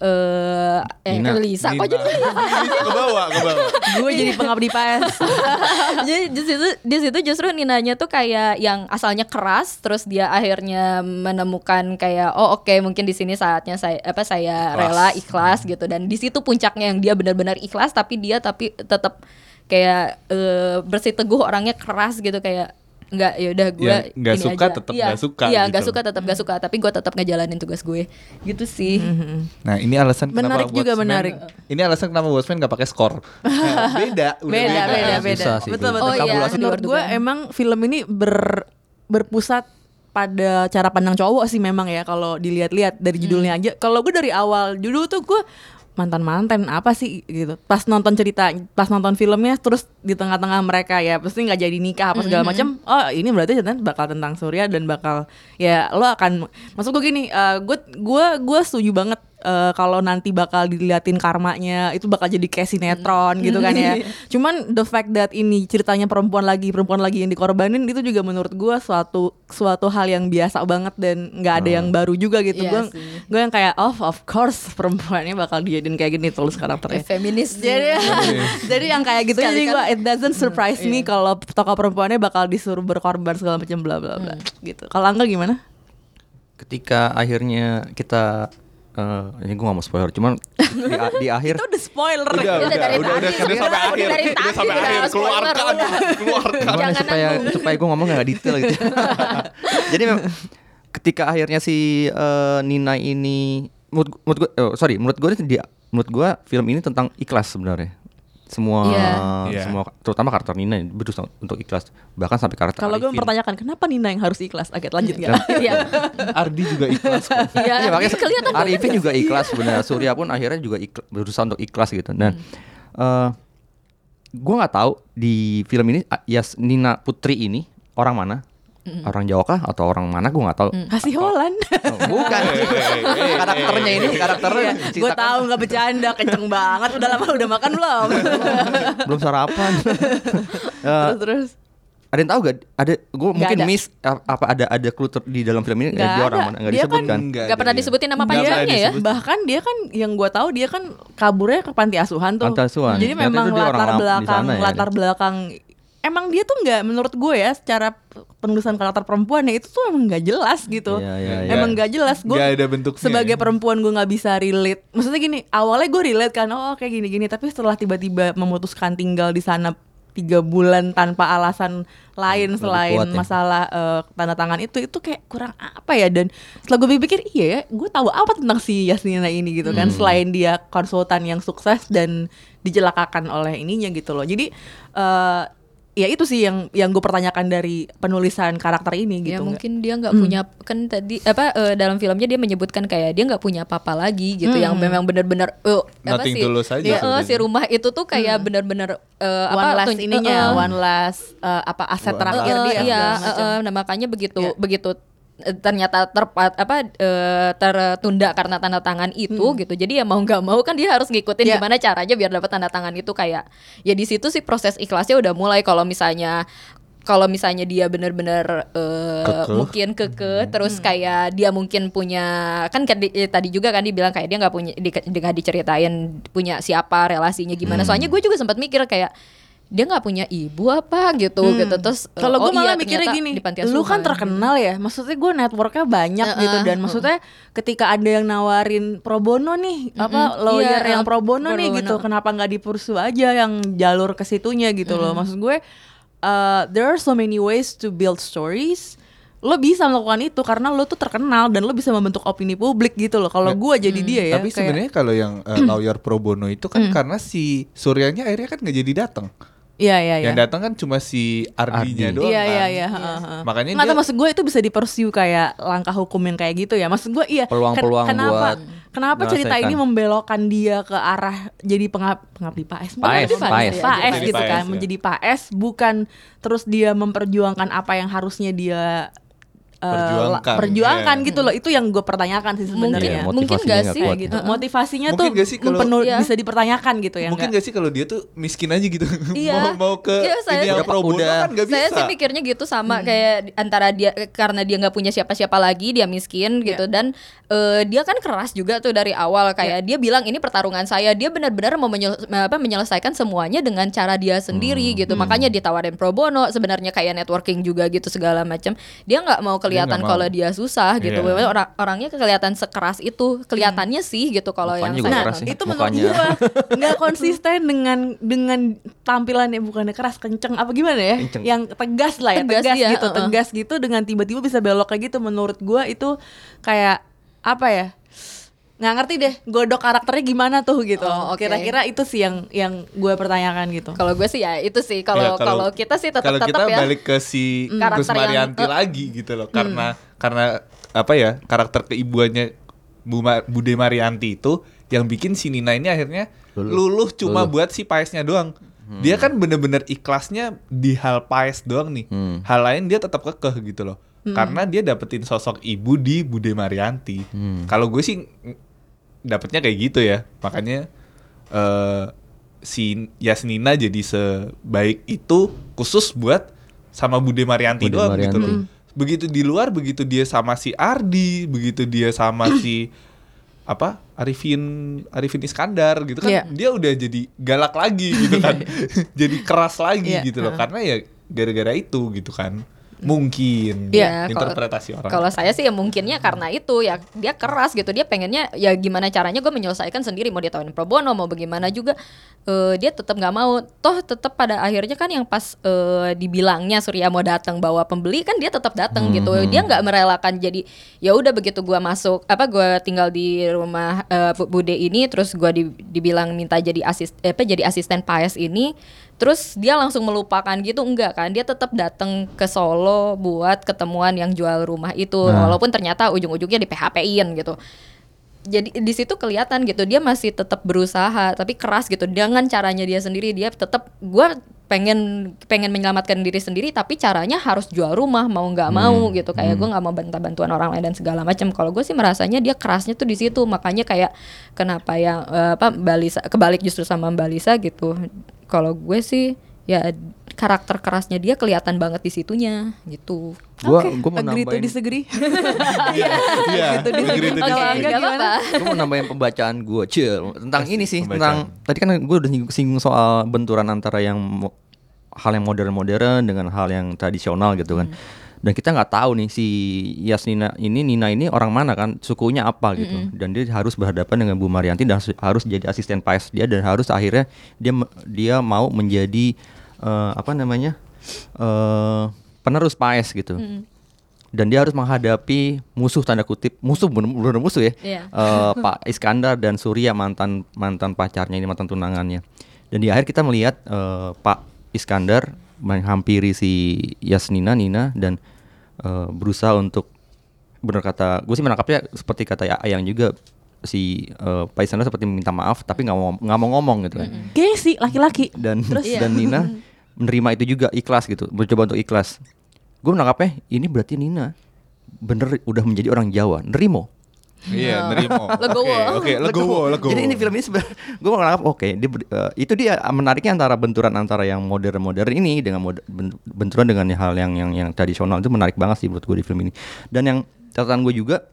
eh eh Nina. Lisa kok jadi ke bawah, ke bawah. Gue jadi pengabdi P S. Jadi di situ di situ justru Ninanya tuh kayak yang asalnya keras, terus dia akhirnya menemukan kayak oh oke okay, mungkin di sini saatnya saya apa saya Ikhlas. rela ikhlas gitu, dan di situ puncaknya yang dia benar-benar ikhlas, tapi dia tapi tetap kayak uh, bersih teguh, orangnya keras gitu, kayak nggak ya udah gue Ya, nggak ini suka aja. tetap Iya, nggak suka iya gitu. nggak suka tetap nggak suka, tapi gue tetap ngejalanin tugas gue gitu sih. Nah ini alasan kenapa Menarik juga, Watchmen- menarik. Ini alasan kenapa Watchmen nggak pakai skor. Nah, beda, udah Beda, beda, beda. Susah sih Betul, itu. betul. Oh, iya. Menurut Di luar gue dugaan. emang film ini ber berpusat pada cara pandang cowok sih memang ya, kalau dilihat-lihat dari judulnya aja. Kalau gue dari awal judul tuh gue mantan-mantan apa sih gitu. Pas nonton cerita, pas nonton filmnya, terus di tengah-tengah mereka ya pasti nggak jadi nikah apa segala macam. Oh ini berarti ternyata bakal tentang Surya dan bakal ya lo akan. Maksud gue gini, gue gue gue setuju banget. Uh, kalau nanti bakal diliatin karmanya itu bakal jadi kayak sinetron gitu kan ya. Cuman the fact that ini ceritanya perempuan lagi perempuan lagi yang dikorbanin, itu juga menurut gue suatu suatu hal yang biasa banget dan nggak ada yang baru juga gitu. Iya Gue sih. gue yang kayak oh of course perempuannya bakal dijadiin kayak gini tulus karakternya. Eh, feminis Jadi jadi yang kayak gitu jadi gue it doesn't surprise me kalau tokoh perempuannya bakal disuruh berkorban segala macam bla bla bla gitu. Kalau Angga gimana? Ketika akhirnya kita eh ini gue gak mau spoiler, cuman di, a- di akhir Itu udah spoiler. Udah, Udah udah, dari udah, tadi, udah, udah sampai udah akhir, dari udah tadi sampai udah akhir, spoiler, keluarkan, udah. keluarkan. gimana Jangan supaya nanggung. supaya gue ngomong gak detail gitu. Jadi mem- ketika akhirnya si eh, Nina ini menurut, menurut gue oh, sorry menurut gue dia menurut gue film ini tentang ikhlas sebenarnya. Semua Iya. semua terutama karakter Nina ini berusaha untuk ikhlas, bahkan sampai karakter Kalau gue Arifin. mempertanyakan kenapa Nina yang harus ikhlas? Agak lanjut Kan- nggak? Iya. Ardi juga ikhlas kok. Iya, Iya, makanya kelihatan Arifin banget. juga ikhlas sebenarnya. Surya pun akhirnya juga ikhlas, berusaha untuk ikhlas gitu. Dan eh gue nggak tahu di film ini ah, Yas Nina Putri ini orang mana? Orang Jawa kah atau orang mana? Gue nggak tahu. Kasih Holland. Oh, bukan. Karakternya ini karakternya. Gue ceritakan- tahu nggak bercanda, kenceng banget. Udah lama udah makan belum? belum sarapan. Eh, terus terus. ada yang tahu gak? Ada gue mungkin ada. miss a- apa ada ada clue ter- di dalam film ini Nggak dia orang ada. mana? Nggak Dia disebutkan. Nggak Gak ada pernah dia. disebutin nama Nggak pernah panjangnya ya. disebut. Bahkan dia kan yang gue tahu dia kan kaburnya ke panti asuhan tuh. Panti asuhan. Jadi Ternyata memang itu dia orang latar lam- di belakang sana ya, latar belakang emang dia tuh nggak, menurut gue ya secara penulisan karakter perempuannya itu tuh emang nggak jelas gitu. Iya, iya, iya. Emang nggak jelas. Gue Nggak ada bentuknya sebagai ya. perempuan gue nggak bisa relate. Maksudnya gini, awalnya gue relate kan, oh kayak gini-gini, tapi setelah tiba-tiba memutuskan tinggal di sana tiga bulan tanpa alasan lain lebih selain kuat ya. masalah eh, tanda tangan itu itu kayak kurang apa ya. Dan setelah gue pikir iya ya, gue tahu apa tentang si Yasnina ini gitu kan, selain dia konsultan yang sukses dan dicelakakan oleh ininya gitu loh. Jadi eh ya itu sih yang yang gue pertanyakan dari penulisan karakter ini Ya gitu. mungkin dia nggak punya, kan tadi apa eh, dalam filmnya dia menyebutkan kayak dia nggak punya apa-apa lagi gitu, yang memang benar-benar eh, apa Nothing sih tulus aja dia, eh, sebenarnya. si rumah itu tuh kayak benar-benar eh, one apa last tun- ininya, eh, eh, one last eh, apa aset One terakhir Eh, dia. iya, segala eh, macam. eh, nah makanya begitu Iya. begitu eh, ternyata terpat apa eh, tertunda karena tanda tangan itu gitu. Jadi ya mau nggak mau kan dia harus ngikutin Iya. gimana caranya biar dapat tanda tangan itu. Kayak ya di situ sih proses ikhlasnya udah mulai. Kalau misalnya kalau misalnya dia benar-benar eh, Kekeh. mungkin keke terus kayak dia mungkin punya kan kan di- eh, tadi juga kan dibilang kayak dia nggak punya di, di- nggak diceritain punya siapa, relasinya gimana. Soalnya gue juga sempat mikir kayak dia nggak punya ibu apa gitu Hmm. gitu. Terus eh, Kalau gue oh malah iya, mikirnya ternyata gini, di panti lu asuhan. kan terkenal ya, maksudnya gue networknya banyak Uh-uh. gitu, dan maksudnya ketika ada yang nawarin pro bono nih, apa lawyer Iya, yang uh, pro bono pro nih bono. gitu, kenapa nggak dipursu aja yang jalur ke situnya gitu loh. Maksud gue, uh, there are so many ways to build stories. Lo bisa melakukan itu karena lo tuh terkenal dan lo bisa membentuk opini publik gitu loh. Kalau gue jadi dia ya, Tapi kayak- sebenarnya kalau yang eh, lawyer pro bono itu kan karena si Suryanya akhirnya kan nggak jadi datang. Iya iya iya. Yang datang kan cuma si Ardinya Ardi. doang Iya kan. iya iya. heeh, heeh. Makanya Nggak tahu, dia maksud gue itu bisa dipursue kayak langkah hukum yang kayak gitu ya. Maksud gue iya. Peluang-peluang ken- kenapa buat kenapa cerita menyelesaikan. ini membelokkan dia ke arah jadi pengab pengabdi P A S, P A S, Bukan, P A S. P A S Jadi gitu P A S, kan, ya. menjadi P A S, bukan terus dia memperjuangkan apa yang harusnya dia uh, Perjuangkan, perjuangkan iya. gitu loh. Itu yang gue pertanyakan sih sebenarnya. Mungkin- mungkin motivasinya gak nggak sih? kuat. gitu. Ya. Motivasinya Mungkin tuh gak sih kalau- penuh- Iya. bisa dipertanyakan gitu ya. Mungkin nggak? gak sih kalau dia tuh miskin aja gitu. Iya. mau mau ke Iya, saya- ini yang Udah, pro bono udah. kan gak bisa. Saya sih mikirnya gitu sama kayak di- antara dia karena dia nggak punya siapa-siapa lagi, dia miskin gitu dan eh, dia kan keras juga tuh dari awal kayak dia bilang ini pertarungan saya. Dia benar-benar mau menyel- apa, menyelesaikan semuanya dengan cara dia sendiri gitu. Makanya ditawarin pro bono sebenarnya kayak networking juga gitu segala macam. Dia nggak mau kelihatan nggak mau. kalau dia susah gitu. Iya. Memang Orang orangnya kelihatan sekeras itu. Kelihatannya sih gitu kalau Mukanya yang juga saya Nah, keras sih. nonton. itu menurut Mukanya. gue nggak konsisten dengan dengan tampilannya, bukannya keras, kenceng apa gimana ya? Kenceng. Yang tegas lah ya, Tegas, tegas, iya, gitu, uh-uh. tegas gitu dengan tiba-tiba bisa belok kayak gitu. Menurut gue itu kayak apa ya? Nggak ngerti deh, godok karakternya gimana tuh gitu. Oh, oke. Kira-kira itu sih yang yang gue pertanyakan gitu. Kalau gue sih ya itu sih Ya, kalau kalau kita sih tetap kalau kita tetap ya. balik ke si Gus Karakter yang- Marianti eh, lagi gitu loh karena karena apa ya karakter keibuannya Bu Ma- Bude Marianti itu yang bikin si Nina ini akhirnya Luluh. luluh cuma Luluh. buat si Paesnya doang. Dia kan bener-bener ikhlasnya di hal Paes doang nih. Hmm. Hal lain dia tetap kekeh gitu loh. Karena dia dapetin sosok ibu di Bude Marianti. Hmm. Kalau gue sih dapetnya kayak gitu ya. Makanya eh si Yasnina jadi sebaik itu khusus buat sama Bude Marianti Bude doang gitu Marianti. loh. Begitu di luar, begitu dia sama si Ardi, begitu dia sama si apa Arifin Arifin Iskandar gitu kan Iya. dia udah jadi galak lagi gitu kan. Jadi keras lagi Iya, gitu loh. uh. Karena ya gara-gara itu gitu kan. Mungkin Iya, interpretasi kalau- orang. Kalau saya sih ya mungkinnya karena itu ya dia keras gitu, dia pengennya ya gimana caranya gue menyelesaikan sendiri, mau dia tawarin pro bono mau bagaimana juga eh, dia tetap nggak mau. Toh tetap pada akhirnya kan yang pas eh, dibilangnya Surya mau datang bawa pembeli kan dia tetap datang gitu. Dia nggak merelakan jadi ya udah begitu gue masuk apa gue tinggal di rumah eh, Bu- Bude ini terus gue di- dibilang minta jadi asis eh, apa jadi asisten Paes ini. Terus dia langsung melupakan gitu, enggak kan? Dia tetap datang ke Solo buat ketemuan yang jual rumah itu, Nah. walaupun ternyata ujung-ujungnya di P H P-in gitu. Jadi di situ kelihatan gitu dia masih tetap berusaha, tapi keras gitu. Dengan caranya dia sendiri, dia tetap gue pengen pengen menyelamatkan diri sendiri, tapi caranya harus jual rumah mau nggak mau gitu. Kayak gue nggak mau bantu bantuan orang lain dan segala macam. Kalau gue sih merasanya dia kerasnya tuh di situ, makanya kayak kenapa yang eh, apa Mbak Lisa kebalik justru sama Mbak Lisa gitu. Kalau gue sih ya karakter kerasnya dia kelihatan banget di situnya gitu. Gua Oke, gua mau agree to nambahin disagree. Iya, Gitu, agree to Kalau disagree. enggak nggak gimana? apa-apa. Gue mau nambahin pembacaan gue cil tentang Kasih ini sih pembacaan. tentang tadi kan gue udah singgung, singgung soal benturan antara yang mo- hal yang modern-modern dengan hal yang tradisional gitu kan. Dan kita nggak tahu nih si Yasnina ini Nina ini orang mana kan, sukunya apa gitu. Dan dia harus berhadapan dengan Bu Marianti dan harus- harus jadi asisten Paes dia dan harus akhirnya dia me- dia mau menjadi eh, apa namanya eh, penerus Paes gitu. Dan dia harus menghadapi musuh tanda kutip musuh benar musuh ya. Iya. Eh, Pak Iskandar dan Surya mantan mantan pacarnya ini mantan tunangannya. Dan di akhir kita melihat eh, Pak Iskandar menghampiri si Yasnina Nina dan eh, berusaha untuk benar kata gue sih menangkapnya seperti kata Ayang juga si eh, Pak Iskandar seperti meminta maaf tapi nggak mau nggak mau ngomong gitu kan. Gengsi laki-laki. Dan Iya. dan Nina menerima itu juga ikhlas gitu, mencoba untuk ikhlas. Gue menangkapnya ini berarti Nina bener udah menjadi orang Jawa, nerimo. Iya, nerimo. Legowo. Oke, oke, legowo, legowo. Jadi ini film ini sebenarnya gue menangkap oke, dia ber- eh, itu dia menariknya antara benturan antara yang modern-modern ini dengan mod- ben- benturan dengan hal yang yang yang tradisional itu menarik banget sih buat gue di film ini. Dan yang catatan gue juga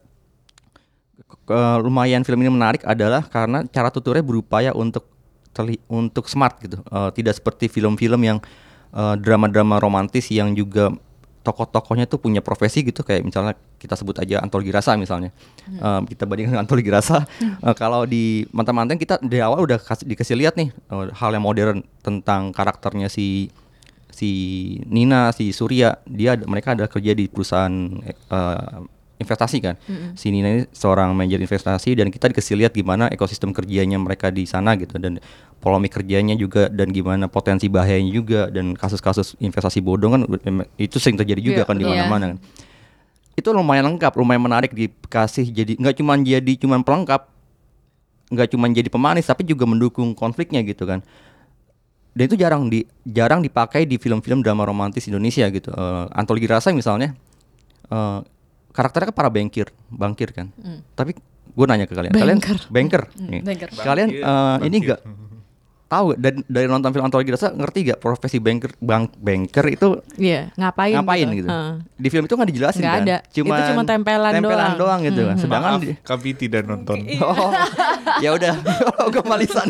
ke- lumayan film ini menarik adalah karena cara tuturnya berupaya untuk terli- untuk smart gitu. Eh, tidak seperti film-film yang eh, drama-drama romantis yang juga tokoh-tokohnya tuh punya profesi gitu, kayak misalnya kita sebut aja Antol Girasa misalnya. Eh, kita bandingkan dengan Antol Girasa. Eh, kalau di Mantan-Mantan kita dari awal udah kasih, dikasih lihat nih eh, hal yang modern tentang karakternya si si Nina, si Surya. Dia mereka adalah kerja di perusahaan eh, investasi kan. Si Nina ini seorang manajer investasi dan kita dikasih lihat gimana ekosistem kerjanya mereka di sana gitu, dan polemik kerjanya juga, dan gimana potensi bahayanya juga, dan kasus-kasus investasi bodong kan itu sering terjadi juga Iya, kan di iya. mana-mana kan. Itu lumayan lengkap, lumayan menarik dikasih, jadi nggak cuma jadi cuma pelengkap, nggak cuma jadi pemanis tapi juga mendukung konfliknya gitu kan. Dan itu jarang di jarang dipakai di film-film drama romantis Indonesia gitu. Uh, Antol Girasa misalnya, uh, karakternya kan para bankir, bankir kan. Hmm. Tapi gue nanya ke kalian, kalian banker, nih. Banker. Kalian uh, ini gak tahu dari, dari nonton film Antologi Rasa ngerti gak profesi banker bank banker itu Iya, ngapain? ngapain gitu. gitu? Uh. Di film itu nggak dijelasin nggak kan? ada. Cuma itu cuma tempelan, tempelan doang, doang gitu. Hmm. Kan. Sedangkan Maaf, di, kami tidak nonton. oh, ya udah, gue malisan.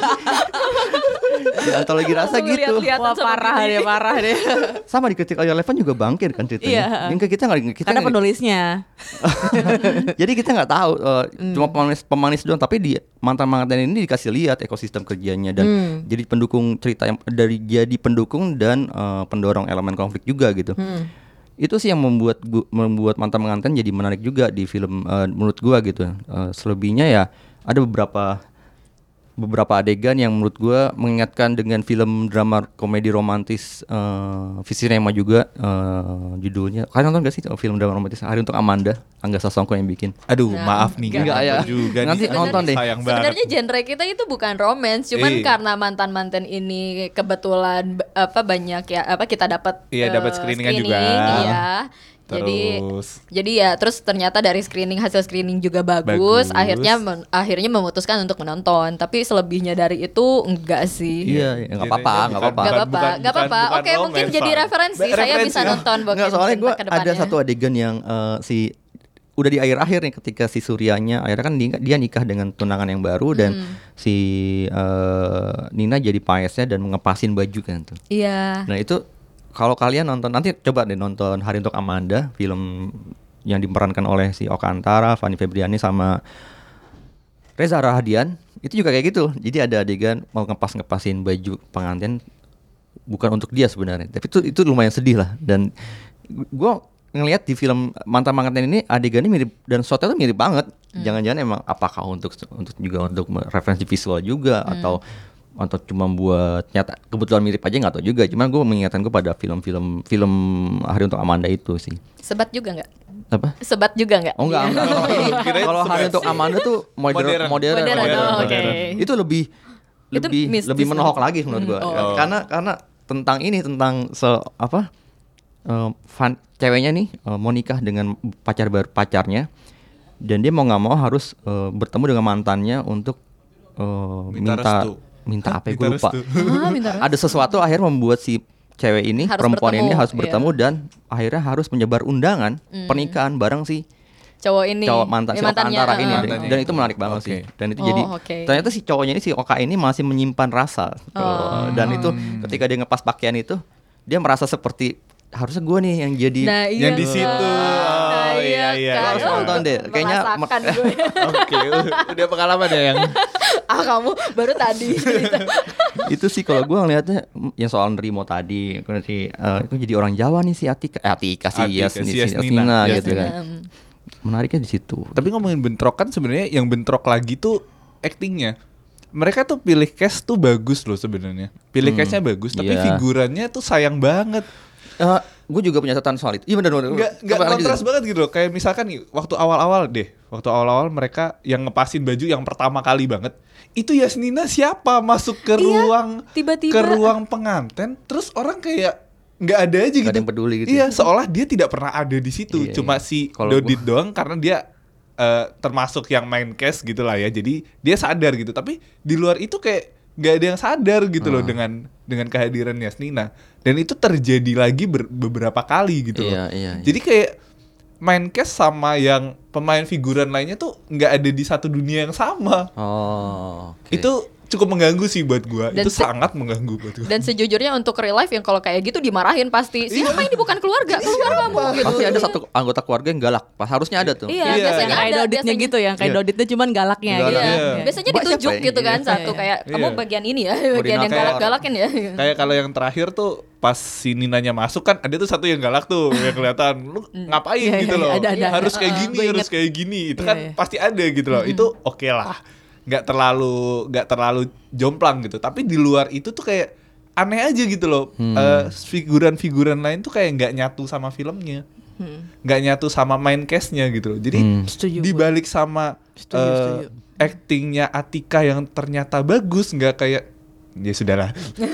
Di Antologi Rasa Aku gitu. lihat-lihatan Wah sama parah Billy. deh, parah deh. Sama di Ketika Eleven juga bangkir kan ceritanya. Iya. Yang ke kita nggak kita Karena nggak- penulisnya. Jadi kita nggak tahu, uh, Hmm. cuma pemanis pemanis doang. Tapi di mantan-mantan ini dikasih lihat ekosistem kerjanya dan Hmm. jadi pendukung cerita yang dari jadi pendukung dan uh, pendorong elemen konflik juga gitu. Hmm. Itu sih yang membuat gu, membuat mantan pengantin jadi menarik juga di film uh, menurut gua gitu. Uh, selebihnya ya ada beberapa beberapa adegan yang menurut gua mengingatkan dengan film drama komedi romantis uh, Visinema juga, uh, judulnya. Kalian nonton gak sih film drama romantis Hari Untuk Amanda? Angga Sasongko yang bikin. Aduh, Nah, maaf nih, enggak ya. juga Nanti nih. nonton deh. Sayang Sebenarnya banget. genre kita itu bukan romance, cuman Iya. karena mantan-mantan ini kebetulan b- apa banyak ya apa kita dapat Iya, eh, dapat screeningan juga. Iya. Jadi Terus jadi ya terus ternyata dari screening hasil screening juga bagus, Bagus. akhirnya men- akhirnya memutuskan untuk menonton. Tapi selebihnya dari itu enggak sih. Iya, ya, nggak apa-apa, Genrenya nggak bukan- apa-apa. Nggak bukan- apa-apa, bukan- nggak apa-apa. bukan Oke, mungkin romance, jadi Pak. referensi. Saya Referensi bisa ya. nonton Enggak, Boken soalnya gue ke depannya. ada satu adegan yang uh, si udah di akhir-akhir nih ketika si Suryanya akhirnya kan dia, dia nikah dengan tunangan yang baru dan Hmm. si uh, Nina jadi paesnya dan ngepasin baju kan tuh. Iya. Nah itu kalau kalian nonton nanti coba deh nonton Hari Untuk Amanda, film yang diperankan oleh si Oka Antara, Fanny Febriani sama Reza Rahadian. Itu juga kayak gitu. Jadi ada adegan mau ngepas-ngepasin baju pengantin bukan untuk dia sebenarnya. Tapi itu itu lumayan sedih lah. Dan gua ngelihat di film Mantan Pengantin ini adegannya mirip dan shotnya tuh mirip banget. Jangan-jangan emang apakah untuk untuk juga untuk referensi visual juga atau atau cuma buat nyata kebetulan mirip aja nggak tahu juga. Cuman gue mengingatkan gue pada film-film film Hari Untuk Amanda itu sih. Sebat juga nggak? Apa? Sebat juga nggak? Oh enggak, enggak. Kalau ini- Kirain Kalau Hari sebat Untuk sih. Amanda tuh modern Modern. modern, Modern, modern, oh, modern. oke. Itu lebih Itu lebih mistis lebih menohok lah. lagi menurut gua. Hmm, oh. Karena karena tentang ini tentang se apa? eh, fan, ceweknya nih eh, mau nikah dengan pacar baru pacarnya dan dia mau nggak mau harus eh, bertemu dengan mantannya untuk eh, Minta minta restu. minta apa ya, Minta gue lupa. restu. Ah, minta restu. Ada sesuatu akhirnya membuat si cewek ini Harus perempuan bertemu, ini harus iya. bertemu dan akhirnya harus menyebar undangan pernikahan bareng si Cowok ini. cowok mantan eh, si Oka mantannya, Antara eh, ini eh. dan, dan itu menarik banget Oke. sih dan itu Oh, jadi oke. ternyata si cowoknya ini si Oka ini masih menyimpan rasa Oh. dan itu ketika dia ngepas pakaian itu dia merasa seperti harusnya gue nih yang jadi Nah, iya, Yang di Kak. situ. Nah, Oh, iya, iya. Kak. Lo harus Oh, nonton deh. Kayaknya- merasakan gue. Oke, udah pengalaman ya yang Ah, kamu baru tadi. itu sih kalau gue ngelihatnya mm, yang soal nerimo tadi kan si eh, itu jadi orang Jawa nih si Atika eh, Atika si Atika, Yas si si Yasnina. Yasnina Yasnina. gitu kan menariknya di situ. Tapi ngomongin bentrok kan sebenarnya yang bentrok lagi tuh actingnya. Mereka tuh pilih cast tuh bagus loh sebenarnya. Pilih Hmm, castnya bagus, tapi iya. figurannya tuh sayang banget. Eh, gue juga punya catatan soal itu. Iya benar benar. Nggak nggak Coba lanjutin. kontras banget gitu loh. Kayak misalkan nih, waktu awal-awal deh, waktu awal-awal mereka yang ngepasin baju yang pertama kali banget. Itu Yasnina siapa masuk ke Iya, ruang tiba-tiba. ke ruang pengantin, terus orang kayak nggak ada aja Nggak gitu. ada yang peduli gitu. Iya, seolah dia tidak pernah ada di situ. Iya, Cuma iya. si Kalau Dodit doang karena dia eh, termasuk yang main cast gitu lah ya. Jadi dia sadar gitu. Tapi di luar itu kayak nggak ada yang sadar gitu loh Ah. dengan dengan kehadiran Yasnina. Dan itu terjadi lagi ber- beberapa kali gitu loh. Iya, iya, iya. Jadi kayak main cast sama yang pemain figuran lainnya tuh nggak ada di satu dunia yang sama. Oh. oke. Itu cukup mengganggu sih buat gua. Dan itu se- sangat mengganggu buat gua. Dan sejujurnya untuk real life yang kalau kayak gitu dimarahin pasti. Siapa ini bukan keluarga? Keluar kamu gitu. Pasti ada satu anggota keluarga yang galak. Pas harusnya ada tuh. Iya, Iya. biasanya Kayak ada Doditnya biasanya. gitu ya, kayak Iya. Doditnya cuman galaknya Galak. gitu. Iya, Iya. biasanya Mbak ditunjuk siapa gitu ini? kan Iya. satu kayak kamu Iya. bagian ini ya, bagian yang Koordinator. galak-galakin ya. Kayak kalau yang terakhir tuh pas si Ninanya masuk kan ada tuh satu yang galak tuh yang kelihatan lu ngapain Iya, gitu iya, loh. ada, ada, harus ada. kayak Uh, gini, gue harus inget. kayak gini. Itu Iya, kan iya. pasti ada gitu loh. Itu oke lah. Nggak terlalu nggak terlalu jomplang gitu. Tapi di luar itu tuh kayak aneh aja gitu loh. Eh, figuran-figuran lain tuh kayak nggak nyatu sama filmnya. Nggak nyatu sama main cast-nya gitu loh. Jadi Hmm. Setuju, dibalik sama Setuju, eh, setuju. actingnya Atika yang ternyata bagus, nggak kayak ya sudahlah.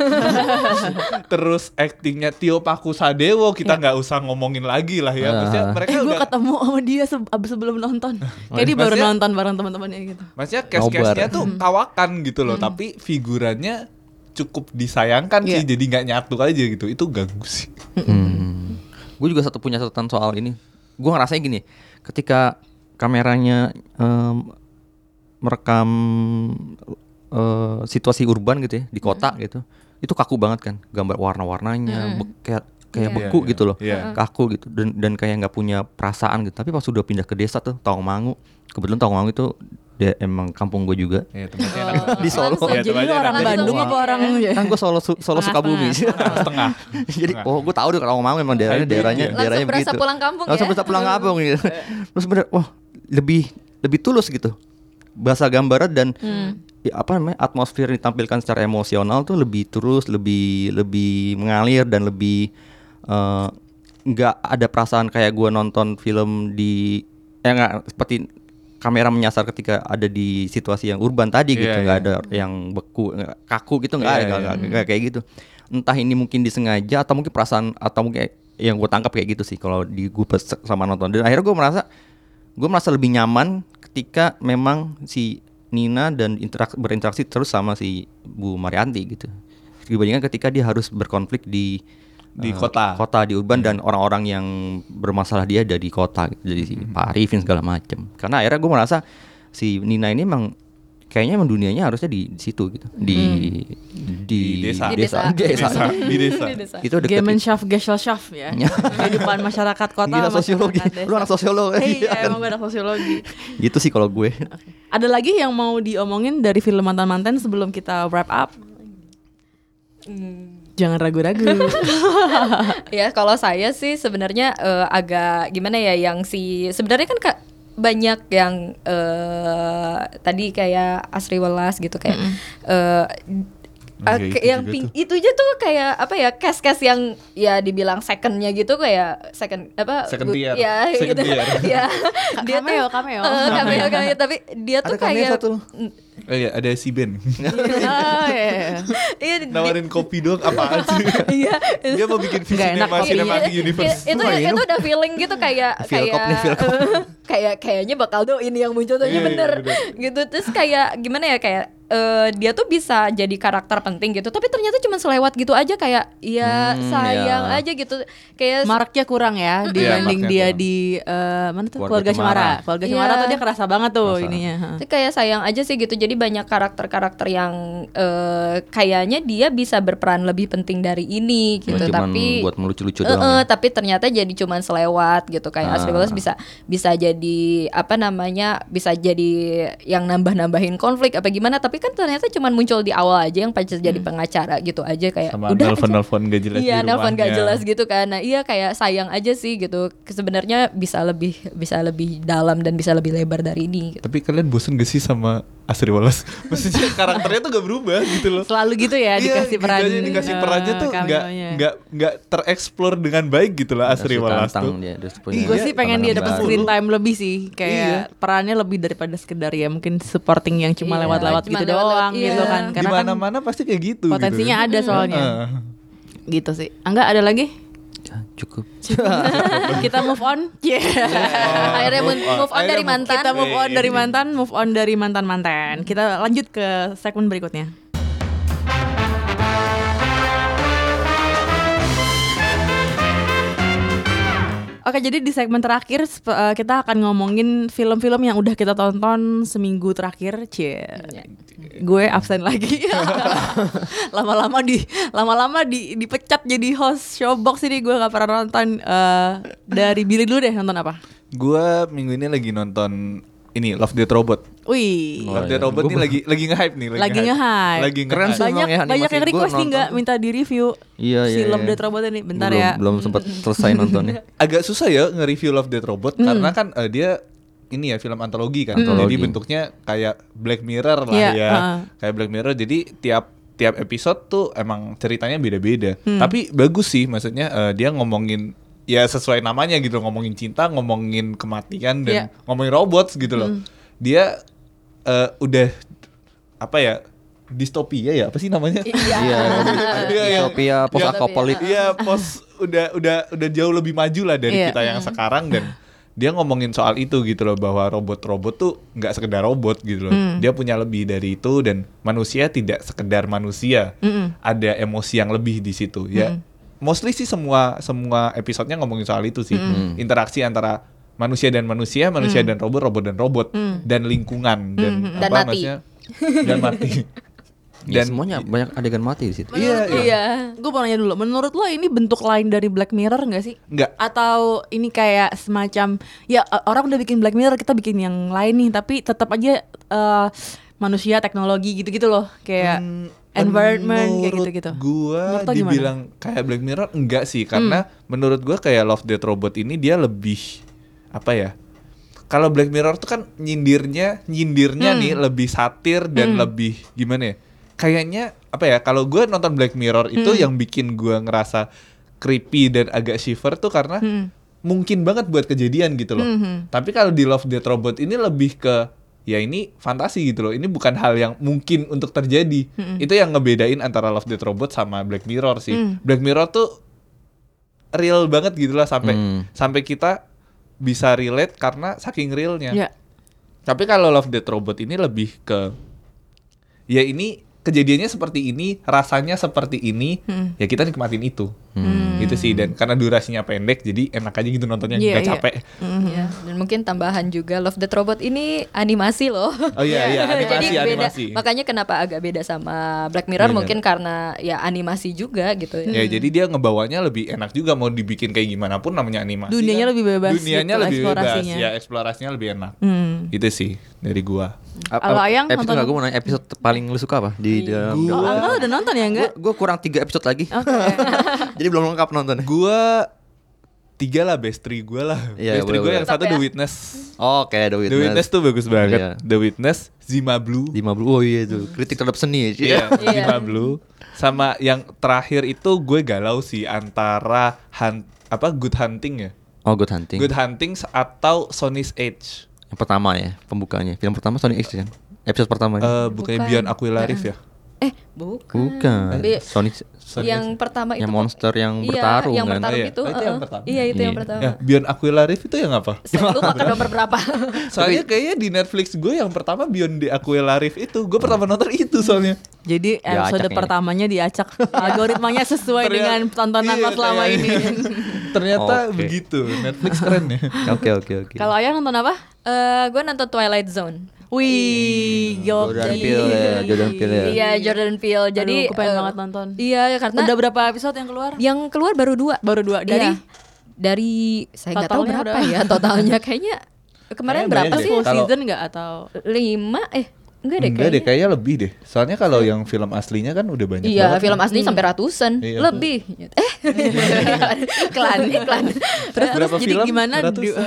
Terus aktingnya Tio Pakusadewo kita nggak usah ngomongin lagi lah ya. Maksudnya mereka Eh gue udah ketemu sama dia se- abis sebelum nonton. Kayak dia baru Maksudnya- nonton bareng teman-temannya gitu. Maksudnya cast-castnya tuh kawakan gitu loh, tapi figurannya cukup disayangkan sih, Iya. jadi nggak nyatu aja gitu. Itu ganggu sih. Hmm. Gue juga satu punya catatan soal ini. Gue ngerasanya gini, ketika kameranya em, merekam eh, situasi urban gitu ya di kota gitu, itu kaku banget kan, gambar warna-warnanya be- kayak kayak Iya. beku Iya, gitu loh, iya. kaku gitu dan dan kayak nggak punya perasaan gitu. Tapi pas udah pindah ke desa tuh Tawangmangu, kebetulan Tawangmangu itu dia emang kampung gue juga. Ya, tempatnya enak. Di Solo. Ya, Jadi lu tempatnya orang enak. Bandung apa orang Kan gue Solo Su- Solo Sukabumi. Setengah. Jadi oh gue tahu deh kalau Tawangmangu memang daerahnya Hybrid, daerahnya ya. daerahnya Langsung berasa begitu. pulang kampung Langsung ya. berasa pulang kampung gitu. Terus bener wah lebih lebih tulus gitu. Bahasa gambarnya dan ya, apa namanya atmosfer yang ditampilkan secara emosional tuh lebih tulus, lebih lebih mengalir dan lebih eh, nggak ada perasaan kayak gue nonton film di ya nggak seperti kamera menyasar ketika ada di situasi yang urban tadi gitu, Iya, nggak iya. ada yang beku nggak- kaku gitu nggak Iya, ada nggak- iya. nggak- nggak kayak gitu. Entah ini mungkin disengaja atau mungkin perasaan atau mungkin yang gue tangkap kayak gitu sih kalau di gue sama nonton, dan akhirnya gue merasa gue merasa lebih nyaman ketika memang si Nina dan interak- berinteraksi terus sama si Bu Marianti gitu, dibandingkan ketika dia harus berkonflik di Di eh, kota. kota di urban dan orang-orang yang bermasalah dia dari kota gitu, dari si Pak Arifin segala macam. Karena akhirnya gue merasa si Nina ini emang kayaknya emang dunianya harusnya di, di situ gitu, di di, Di desa. Di desa, desa. desa. Di desa. Di desa. Itu deket. Gemeinschaft Gesellschaft ya. Kehidupan masyarakat kota. Gila, masyarakat sosiologi. desa. Lu anak sosiologi. Iya, emang gue anak sosiologi. Gitu sih kalau gue. Ada lagi yang mau diomongin dari film mantan-mantan sebelum kita wrap up? Jangan ragu-ragu. Ya kalau saya sih sebenarnya eh, agak gimana ya, yang si sebenarnya kan Kak, banyak yang eh, tadi kayak Asri Welas gitu kayak eh, Nah, ah, kayak ke- itu yang juga pink tuh. itu aja tuh kayak apa ya, cast-cast yang ya dibilang secondnya gitu, kayak second apa Second bu- tier. ya Second gitu tier. ya dia Cameo, tuh cameo. eh, cameo cameo tapi dia tuh Ada cameo kayak satu. Oh iya, ada si Ben. Oh, iya. iya di- Nawarin kopi doang apaan sih? iya Dia mau bikin Nggak enak cinema kopinya. cinematic Iya, universe. itu itu udah feeling gitu kayak Feel kayak cop nih, feel cop. kayak kayaknya bakal do ini yang muncul tuh Iya, iya, bener bener. gitu. Terus kayak gimana ya, kayak eh, dia tuh bisa jadi karakter penting gitu, tapi ternyata cuma selewat gitu aja, kayak ya Hmm, sayang ya. aja gitu, kayak Marknya kurang ya dibanding marknya dia kurang. di eh, mana tuh Keluarga keluarga Cemara. Cemara. Keluarga Iya. Cemara tuh dia kerasa banget tuh Kerasa. ininya. ha. itu kayak sayang aja sih gitu. Jadi banyak karakter-karakter yang eh, kayaknya dia bisa berperan lebih penting dari ini gitu, Cuman tapi buat melucu-lucu Eh, doang. eh, ya. tapi ternyata jadi cuman selewat gitu, kayak Ah. Asri Welas bisa bisa jadi apa namanya, bisa jadi yang nambah-nambahin konflik apa gimana, tapi kan ternyata cuman muncul di awal aja yang pas jadi pengacara gitu aja, kayak Sama udah aja. nelfon-nelfon gak jelas Iya, di nelfon gak rumahnya. jelas gitu kan. Nah, iya kayak sayang aja sih gitu. Sebenarnya bisa lebih bisa lebih dalam dan bisa lebih lebar dari ini gitu. Tapi kalian bosen gak sih sama Asri Welas? Maksudnya karakternya tuh gak berubah gitu loh. Selalu gitu ya Iya, dikasih gitu peran. aja, dikasih eh, perannya tuh nggak cameo-nya. nggak nggak tereksplor dengan baik gitu lah Asri Harus Welas ditantang tuh. dia, terus punya Gue sih pengen dia dapat pandangan baru. screen time lebih sih, kayak Iya. perannya lebih daripada sekedar ya mungkin supporting yang cuma Iya, lewat-lewat cuma gitu lewat-lewat, doang iya. gitu kan. Di Karena kan mana-mana pasti kayak gitu. potensinya gitu. ada soalnya. Heeh. Gitu sih. Angga ada lagi? Ya, cukup. Kita move on. Yeah. Akhirnya move, move on Akhirnya dari move- mantan. Kita move on Iya. dari mantan, move on dari mantan-mantan. Kita lanjut ke segmen berikutnya. Oke, jadi di segmen terakhir sp- eh, kita akan ngomongin film-film yang udah kita tonton seminggu terakhir. Cie. Gue absen lagi. Lama-lama di lama-lama di dipecat jadi host Showbox ini, gue gak pernah nonton. Eh, dari Billy dulu deh, nonton apa? Gua minggu ini lagi nonton ini Love, Death, Robot. Wih. Oh, Love, iya. Death, Robot Gua nih lagi lagi nge-hype nih. Lagi nge-hype. Lagi Keren nge-hype. sih. Banyak Emang ya, banyak animasi yang gua request nih nonton nggak tuh. minta di review. Iya, Si iya, Love, iya. Death, Robot ini. Bentar belum, ya. Belum sempat selesai nontonnya. Agak susah ya nge-review Love, Death, Robot Hmm. karena kan eh, dia ini ya film antologi kan. Antologi. Jadi bentuknya kayak Black Mirror lah Iya, ya. uh-uh. Kayak Black Mirror, jadi tiap tiap episode tuh emang ceritanya beda-beda. Hmm. Tapi bagus sih, maksudnya eh, dia ngomongin ya sesuai namanya gitu, ngomongin cinta, ngomongin kematian dan Iya. ngomongin robots gitu loh. Hmm. Dia eh, udah apa ya? distopia ya apa sih namanya? Iya. Iya. Iya, yang- Utopia post apocalypse. Iya, pos udah udah udah jauh lebih maju lah dari Iya. kita yang sekarang dan dia ngomongin soal itu gitu loh bahwa robot-robot tuh nggak sekedar robot gitu loh. Hmm. Dia punya lebih dari itu dan manusia tidak sekedar manusia. Mm-mm. Ada emosi yang lebih di situ. Ya, Hmm. mostly sih semua semua episodenya ngomongin soal itu sih. Hmm. Interaksi antara manusia dan manusia, manusia dan robot, robot dan robot dan lingkungan dan Hmm. Dan apa mati. maksudnya dan mati. Ya, Dan semuanya banyak adegan mati di situ. iya, iya. Iya. Gue mau nanya dulu, menurut lo ini bentuk lain dari Black Mirror nggak sih? Nggak. Atau ini kayak semacam ya uh, orang udah bikin Black Mirror, kita bikin yang lain nih, tapi tetap aja uh, manusia, teknologi gitu-gitu loh, kayak Hmm, environment kayak menurut gitu-gitu. Gua Menurut lo gimana? dibilang kayak Black Mirror enggak sih, karena menurut gua kayak Love, Death, Robot ini dia lebih apa ya? Kalau Black Mirror tuh kan nyindirnya, nyindirnya Hmm. nih lebih satir dan lebih gimana ya? Kayaknya apa ya? Kalau gua nonton Black Mirror itu Hmm. yang bikin gua ngerasa creepy dan agak shiver tuh karena Hmm. mungkin banget buat kejadian gitu loh. Hmm. Tapi kalau di Love, Death, Robot ini lebih ke ya ini fantasi gitu loh. Ini bukan hal yang mungkin untuk terjadi. Itu yang ngebedain antara Love, Death, Robot sama Black Mirror sih. Hmm. Black Mirror tuh real banget gitu lah sampai Hmm. sampai kita bisa relate karena saking realnya. Ya. Tapi kalau Love, Death, Robot ini lebih ke ya ini kejadiannya seperti ini, rasanya seperti ini, Hmm. ya kita nikmatin itu. Hmm. Gitu sih, dan karena durasinya pendek jadi enak aja gitu nontonnya, Iya, nggak iya. capek. Iya, dan mungkin tambahan juga Love, Death, Robot ini animasi loh. Oh iya iya animasi Jadi beda. animasi. Makanya kenapa agak beda sama Black Mirror Bener. mungkin karena ya animasi juga gitu ya. Ya jadi dia ngebawanya lebih enak juga mau dibikin kayak gimana pun namanya animasi. Dunianya kan. lebih bebas Dunianya gitu, lebih eksplorasinya. bebas. Ya eksplorasinya lebih enak. Hmm. Itu sih dari gua. Kalau Ayang episode nonton- nggak, gue mau nanya episode paling lu suka apa di dalam? Oh, Angga udah nonton ya enggak? Gue kurang tiga episode lagi. Oke. Jadi belum lengkap nontonnya. Gua tiga lah best three gua lah. Iya, best three boleh, gua yang boleh. satu Tetap The ya. Witness. Oke, The Witness. The Witness tuh bagus banget. Iya. The Witness, Zima Blue. lima puluh. Oh iya itu kritik terhadap seni. Iya, Iya. Zima Blue. Sama yang terakhir itu gue galau sih antara hunt, apa Good Hunting ya. Oh, Good Hunting. Good Hunting atau Sony's Edge. Yang pertama ya, pembukaannya. Film pertama Sony X kan? Episode pertama. Eh bukannya Bukan. Beyond Aquila Reef ya? Eh, bukan. Bukan. Be- Sony yang pertama itu yang monster yang iya, bertarung yang kan? bertarung Iya. itu. Oh, itu uh-uh. yang pertama. Iya, itu yang Iya. pertama. Ya, Beyond Aquila Reef itu yang apa? Saya lupa ke nomor berapa. Soalnya kayaknya di Netflix gue yang pertama Beyond the Aquila Reef itu gue pertama nonton itu soalnya. Jadi Diacak episode ya. pertamanya diacak. Algoritmanya sesuai Ternyata- dengan tontonan iya, lo selama kayak- ini. Ternyata Oke. begitu. Netflix keren ya. Oke, oke, oke. Kalau Ayang nonton apa? Eh, gue nonton Twilight Zone. Wih, Jordan gokil. Peele ya, Jordan Peele ya. Iya, Jordan Peele. Jadi Aduh, aku pengen eh, banget nonton. Iya, karena Udah berapa episode yang keluar? yang keluar baru dua. Baru dua. Dari Iya. dari saya nggak tahu Totalnya berapa udah- ya totalnya kayaknya kemarin Kayaknya berapa banyak apa sih? full Kalau- season nggak atau? Lima eh enggak deh Enggak deh, kayaknya. kayaknya lebih deh. Soalnya kalau yang film aslinya kan udah banyak Iya, banget. film asli sampai ratusan, Iya. lebih. Eh, iklan, iklan. Terus Berapa terus jadi film? gimana du- Ratusan.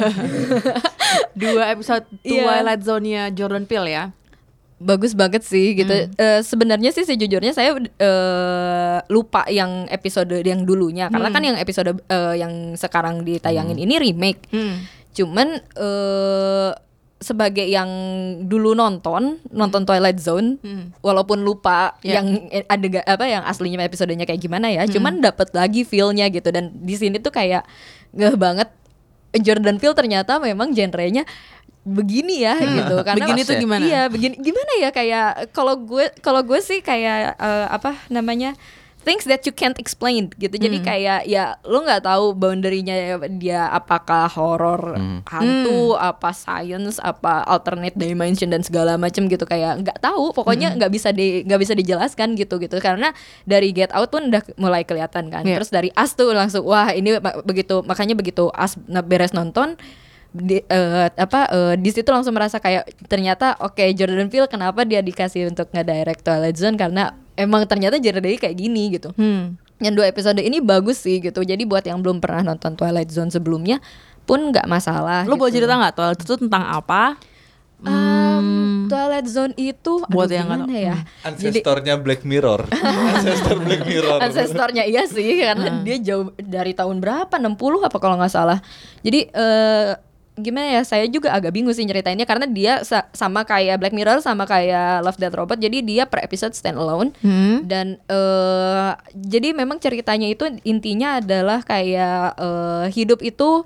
dua episode Iya. Twilight Zone-nya Jordan Peele ya? Bagus banget sih gitu. Eh, sebenarnya sih sejujurnya saya eh, lupa yang episode yang dulunya karena kan yang episode eh, yang sekarang ditayangin ini remake. Hmm. Cuman eh, sebagai yang dulu nonton nonton Twilight Zone, Hmm. walaupun lupa Ya. yang ada apa yang aslinya episodenya kayak gimana ya, cuman dapat lagi feel-nya gitu. Dan di sini tuh kayak ngeh banget Jordan Peele ternyata memang genrenya begini ya gitu. Karena Begini tuh ya? gimana? Iya, begini gimana ya kayak kalau gue kalau gue sih kayak eh, apa namanya? Things that you can't explain gitu. Jadi kayak ya lu nggak tahu boundary-nya dia apakah horor, hantu, apa science, apa alternate dimension dan segala macam gitu, kayak nggak tahu. Pokoknya nggak bisa di nggak bisa dijelaskan gitu gitu. Karena dari Get Out pun udah mulai kelihatan kan. Iya. Terus dari Us tuh langsung wah ini ma- begitu makanya begitu Us beres nonton di, eh, apa eh, di situ langsung merasa kayak ternyata oke Jordan Peele kenapa dia dikasih untuk nge-direct Twilight Zone karena emang ternyata genre kayak gini gitu. Hmm. Yang dua episode ini bagus sih gitu. Jadi buat yang belum pernah nonton Twilight Zone sebelumnya pun nggak masalah. Lu gitu. boleh cerita nggak Twilight itu tentang apa? Um, Twilight Zone itu Buat aduh, yang nggak gimana tahu. ya? Jadi Ancestornya Black Mirror. Ancestor Black Mirror. ancestornya iya sih karena dia jauh dari tahun berapa enam puluh apa kalau nggak salah. Jadi eh gimana ya, saya juga agak bingung sih nyeritainnya karena dia sa- sama kayak Black Mirror sama kayak Love, Death, Robot, jadi dia per episode stand alone. Hmm. Dan uh, jadi memang ceritanya itu intinya adalah kayak uh, hidup itu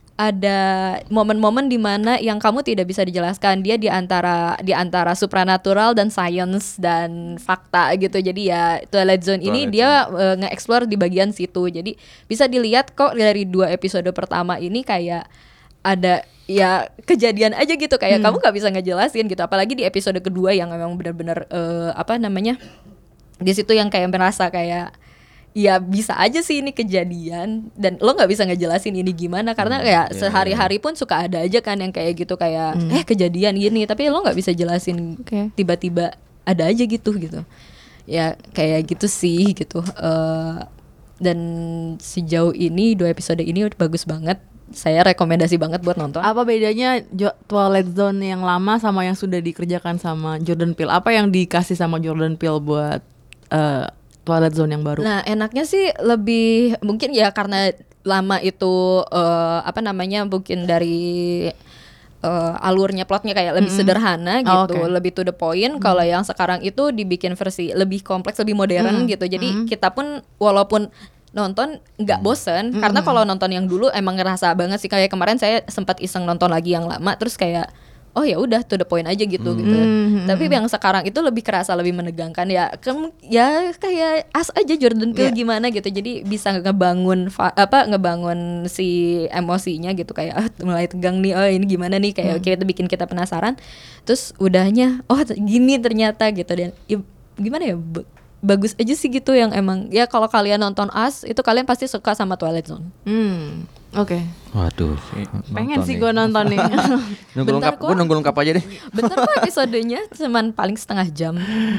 ada momen-momen di mana yang kamu tidak bisa dijelaskan. Dia di antara di antara supranatural dan science dan fakta gitu. Jadi ya Twilight Zone ini Twilight dia uh, nge-explore di bagian situ. Jadi bisa dilihat kok dari dua episode pertama ini kayak ada ya kejadian aja gitu, kayak Hmm. kamu nggak bisa ngejelasin gitu. Apalagi di episode kedua yang memang benar-benar uh, apa namanya, di situ yang kayak merasa kayak ya bisa aja sih ini kejadian dan lo nggak bisa ngejelasin ini gimana karena kayak ya, sehari-hari pun suka ada aja kan yang kayak gitu kayak eh kejadian gini tapi lo nggak bisa jelasin, Oke. tiba-tiba ada aja gitu gitu ya kayak gitu sih gitu. Eh, dan sejauh ini dua episode ini udah bagus banget, saya rekomendasi banget buat nonton. Apa bedanya Jo- Twilight Zone yang lama sama yang sudah dikerjakan sama Jordan Peele? Apa yang dikasih sama Jordan Peele buat eh, Twilight Zone yang baru? Nah, enaknya sih lebih mungkin ya karena lama itu eh, apa namanya mungkin dari eh, alurnya, plotnya kayak lebih Mm-mm. sederhana Oh, gitu, oke. lebih to the point. Kalau yang sekarang itu dibikin versi lebih kompleks, lebih modern Mm. gitu. Jadi Mm. kita pun walaupun nonton nggak bosen Mm. karena kalau nonton yang dulu emang ngerasa banget sih, kayak kemarin saya sempat iseng nonton lagi yang lama terus kayak oh ya udah to the point aja gitu gitu. Mm. Tapi yang sekarang itu lebih kerasa, lebih menegangkan ya. Kem, ya kayak as aja Jordan Peele Yeah. gimana gitu. Jadi bisa ngebangun fa- apa ngebangun si emosinya gitu kayak ah, mulai tegang nih. Oh ini gimana nih kayak kayak itu bikin kita penasaran. Terus udahnya oh t- gini ternyata gitu dan ya, gimana ya ba- bagus aja sih gitu yang emang ya kalau kalian nonton Us itu kalian pasti suka sama Twilight Zone. Hmm, oke. Waduh. Pengen sih gue nonton nih. Nunggu Bentar lengkap, kok. gue nunggu lengkap aja deh. Bentar kok episodenya cuman paling setengah jam.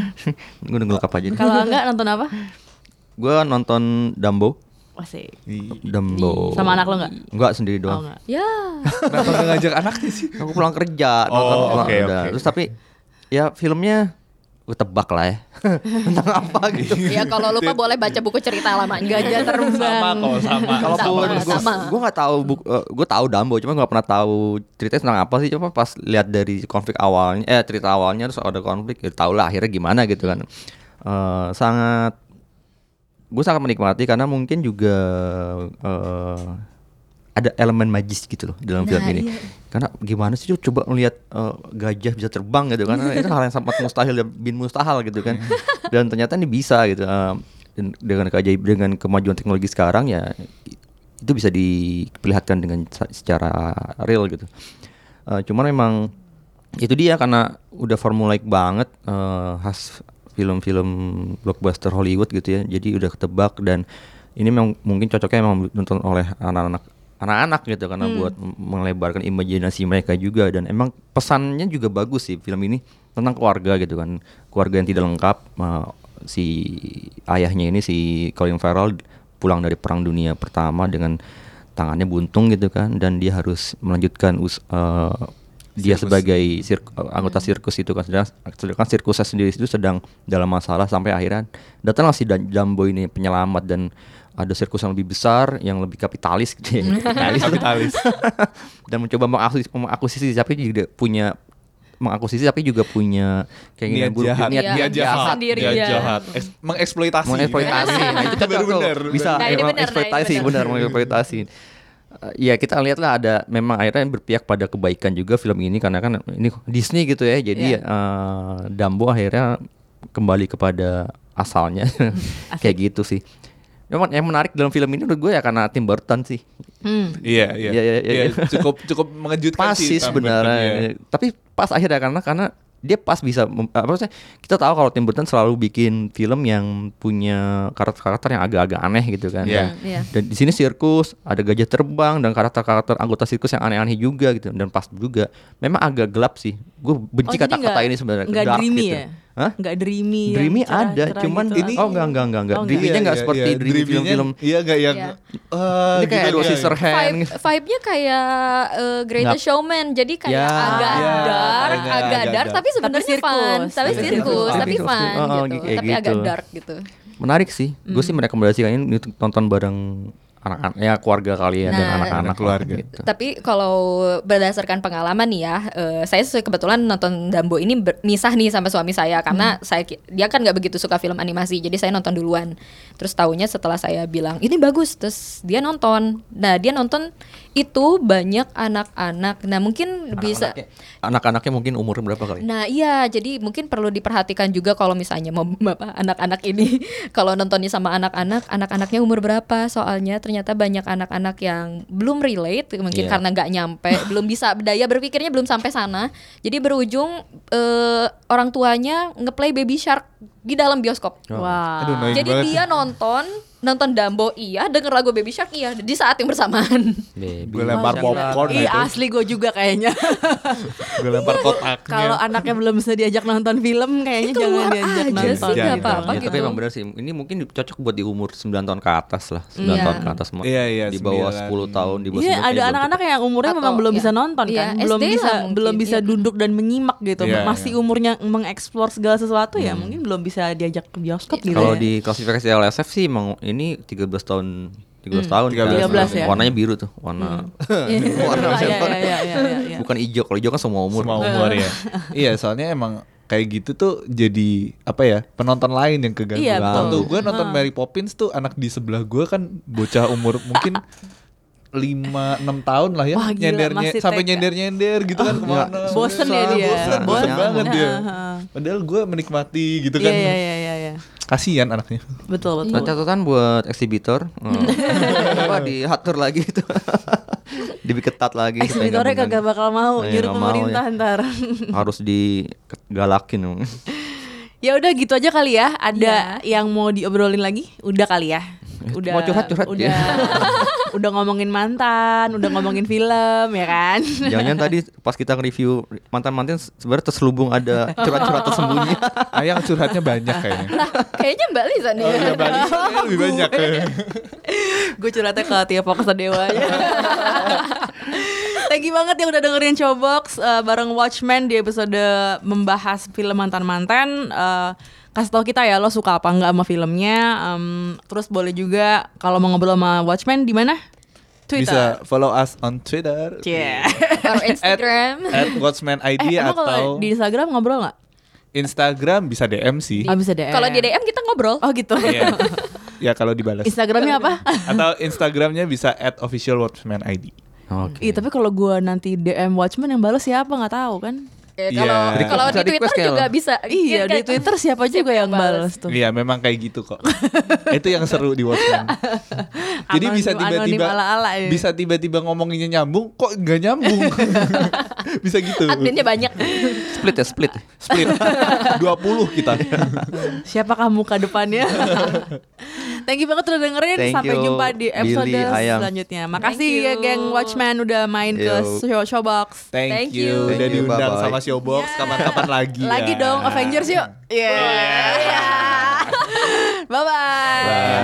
Gue nunggu lengkap aja deh. Kalau enggak nonton apa? Gue nonton Dumbo. Asik. Dumbo. Sama anak lo nggak? Enggak, sendiri Oh doang. enggak. Ya. Kenapa nggak ngajak anaknya sih? Aku pulang kerja, nonton Oh, pulang oke, udah. oke. Terus tapi ya filmnya gue tebak lah ya. Tentang apa gitu. Ya kalau lupa boleh baca buku cerita lamanya. Gajah terbang. Sama kok, sama. Kalau Sama, gue sama. gue nggak tahu buk- eh, gue tahu Dumbo, cuma nggak pernah tahu ceritanya tentang apa sih. Cuma pas lihat dari konflik awalnya, eh cerita awalnya terus ada konflik, ya tau lah akhirnya gimana gitu kan. Eh, sangat gue sangat menikmati karena mungkin juga eh, ada elemen magis gitu loh dalam film Nah, ini. iya. Karena gimana sih coba ngelihat eh, gajah bisa terbang gitu kan, itu hal yang sangat mustahil dan bin mustahil gitu kan. Dan ternyata ini bisa gitu. Eh, dan dengan keajaib dengan kemajuan teknologi sekarang ya itu bisa diperlihatkan dengan sa- secara real gitu. Eh, cuman memang itu dia karena udah formulaik banget eh, khas film-film blockbuster Hollywood gitu ya. Jadi udah ketebak dan ini memang mungkin cocoknya memang ditonton oleh anak-anak anak-anak gitu karena buat m- melebarkan imajinasi mereka juga dan emang pesannya juga bagus sih film ini tentang keluarga gitu kan. Keluarga yang tidak lengkap, eh, si ayahnya ini si Colin Farrell pulang dari Perang Dunia Pertama dengan tangannya buntung gitu kan dan dia harus melanjutkan us- eh, dia Sirkus. sebagai sirk- anggota sirkus itu kan sedang sedangkan sirkusnya sendiri itu sedang dalam masalah sampai akhirnya datanglah si Dan- Dumbo ini penyelamat dan ada sirkus yang lebih besar yang lebih kapitalis gitu ya. kapitalis, Kapitalis. dan mencoba mengakuisisi, mengakuisisi tapi juga punya mengakuisisi tapi juga punya keinginan Niat buruk jahat, niat, Iya, niat niat jahat, sendiri, niat ya. jahat, Eks- mengeksploitasi. mengeksploitasi nah itu Baru cocok tuh. bener. Bisa Nah, ini emang bener, nah, ini eksploitasi bener. benar mengeksploitasi. Uh, ya kita lihat lah ada memang akhirnya berpihak pada kebaikan juga film ini karena kan ini Disney gitu ya jadi Iya. uh, Dumbo akhirnya kembali kepada asalnya kayak gitu sih. Memang yang menarik dalam film ini menurut gue ya karena Tim Burton sih. Hmm. Iya, iya. Iya, iya, iya, Iya, iya. cukup cukup mengejutkan Pas sih. sih Tim Burton, sebenarnya. iya. Tapi pas akhirnya karena karena dia pas bisa mem- apa sih kita tahu kalau Tim Burton selalu bikin film yang punya karakter-karakter yang agak-agak aneh gitu kan. Iya. Dan- Iya. Dan di sini sirkus, ada gajah terbang dan karakter-karakter anggota sirkus yang aneh-aneh juga gitu dan pas juga. Memang agak gelap sih. Gue benci Oh, jadi kata-kata nggak- ini sebenarnya. nggak dark dreamy gitu. ya? Hah? Nggak dreamy. yang Dreamy cerah- ada, cerah cuman gitu. ini oh enggak enggak enggak enggak. Oh, enggak. Dreamy-nya enggak Iya, seperti iya, dreamy dreamy-nya, film-film. Iya, enggak yang Iya. eh, Ini kayak gitu, Edward iya. Scissorhands. Vibe, vibe-nya kayak uh, Greatest Nggak- Showman, jadi kayak Ya. agak Ya, dark, agak- agak agak dark, dark. tapi sebenarnya Tapi fun, sirkus. tapi Iya, sirkus, sirkus. tapi Sirkus. fun Oh, gitu, kayak tapi gitu. agak dark gitu. Menarik sih. Gue sih merekomendasikan ini untuk tonton bareng anak-anak ya keluarga kalian dan Nah, anak-anak keluarga. gitu. Tapi kalau berdasarkan pengalaman nih ya, eh, saya se- kebetulan nonton Dumbo ini ber- misah nih sama suami saya karena saya ki- dia kan nggak begitu suka film animasi, jadi saya nonton duluan. Terus taunya setelah saya bilang ini bagus, terus dia nonton. Nah dia nonton itu banyak anak-anak. Nah mungkin bisa. Anak-anaknya, anak-anaknya mungkin umurnya berapa kali? Nah iya, jadi mungkin perlu diperhatikan juga kalau misalnya mau apa anak-anak ini kalau nontonnya sama anak-anak, anak-anaknya umur berapa? Soalnya ternyata banyak anak-anak yang belum relate, mungkin Iya. karena nggak nyampe, belum bisa daya berpikirnya belum sampai sana. Jadi berujung eh, orang tuanya ngeplay Baby Shark di dalam bioskop. Wah. Aduh, annoying Jadi banget. dia nonton nonton Dumbo iya, denger lagu Baby Shark iya di saat yang bersamaan. Baby. Gue lempar popcorn Iya itu. asli gue juga kayaknya. Gue lempar kotaknya. Kalau anaknya belum bisa diajak nonton film, kayaknya Ih, jangan keluar diajak aja nonton. sih, nggak gitu. apa-apa. Ya, tapi gitu. emang benar sih. Ini mungkin cocok buat di umur sembilan tahun ke atas lah. sembilan Iya. tahun ke atas. Iya, iya, Di bawah sembilan. sepuluh tahun, di bawah Iya sembilan ada kayaknya anak-anak yang umurnya Atau, memang belum iya. bisa nonton Iya, kan, belum S D lah bisa mungkin, belum bisa iya. duduk dan menyimak gitu, Iya, masih iya. umurnya mengeksplor segala sesuatu ya mungkin belum bisa diajak ke bioskop gitu. Kalau ya. di klasifikasi L S F sih emang ini tiga belas tahun tiga belas tahun kan. tiga belas ya. Warnanya biru tuh, warna warna Iya, iya, iya, iya, iya. bukan hijau. Kalau hijau kan semua umur. Semua umur ya. Iya, soalnya emang kayak gitu tuh jadi apa ya, penonton lain yang keganggu. Iya, betul. Waktu gue nonton Mary Poppins tuh anak di sebelah gue kan bocah umur mungkin lima enam tahun lah ya, Wah, gila, nyendernya masih sampai T K. nyender-nyender gitu kan kemana. Bosen ya dia. Bosen, bosen Bosen. banget dia. Heeh. Padahal gue menikmati gitu Iya kan. iya iya iya iya. Kasian anaknya. Betul Nah, betul. catatan buat eksibitor, eh, apa diatur lagi itu, diketat lagi. supaya Eksibitornya nggak kagak bakal mau Iya, nyuruh nggak mau pemerintah ya. ntar. harus digalakin. Ya udah gitu aja kali ya. Ada yang mau diobrolin lagi? Udah kali ya. Udah Mau curhat-curhat udah, ya. udah ngomongin mantan, udah ngomongin film ya kan. Jangan tadi pas kita nge-review mantan-mantan sebenarnya terselubung ada curhat-curhat tersembunyi. Ayang curhatnya banyak kayaknya. Lah, kayaknya Mbak Lisa nih. Oh iya, Bali kayaknya lebih banyak. Gue curhatnya ke Tia Fokus Dewa aja. Thank you banget yang udah dengerin Showbox uh, bareng Watchmen di episode membahas film mantan-mantan. Uh, kasih tau kita ya lo suka apa enggak sama filmnya. Um, terus boleh juga kalau mau ngobrol sama Watchmen di mana? Twitter. Bisa follow us on Twitter. Yeah. Or Instagram. At Watchman I D Eh, emang atau kalau di Instagram ngobrol nggak? Instagram bisa D M sih. Ah, bisa D M. Kalau di D M kita ngobrol. Oh gitu. Iya. Ya kalau dibalas. Instagramnya apa? Atau Instagramnya bisa at official Watchman I D. Oke. Iya tapi kalau gue nanti D M Watchmen yang balas siapa nggak tahu kan? Eh, Iya. Kalau Jadi kalau bisa di Twitter request kayak juga lo. bisa. Iya Kan- di Twitter siapa juga yang balas tuh. Iya memang kayak gitu kok. Itu yang seru di Watchman. Jadi Anonim- bisa tiba-tiba anonim ala-ala ya. bisa tiba-tiba ngomonginnya nyambung, kok nggak nyambung. Bisa gitu. Adminnya banyak. Split ya, split. Split. dua puluh kita. Siapakah muka depannya? Thank you banget udah dengerin. Thank Sampai you, jumpa di episode Billy, Ayam. selanjutnya. Makasih Thank ya you. geng Watchmen udah main ke Yo. show Showbox. Thank, Thank you. you. Udah Thank you, diundang bye-bye. sama Showbox kapan-kapan lagi. Lagi ya. dong Avengers yuk. Yeah. Bye bye. Bye.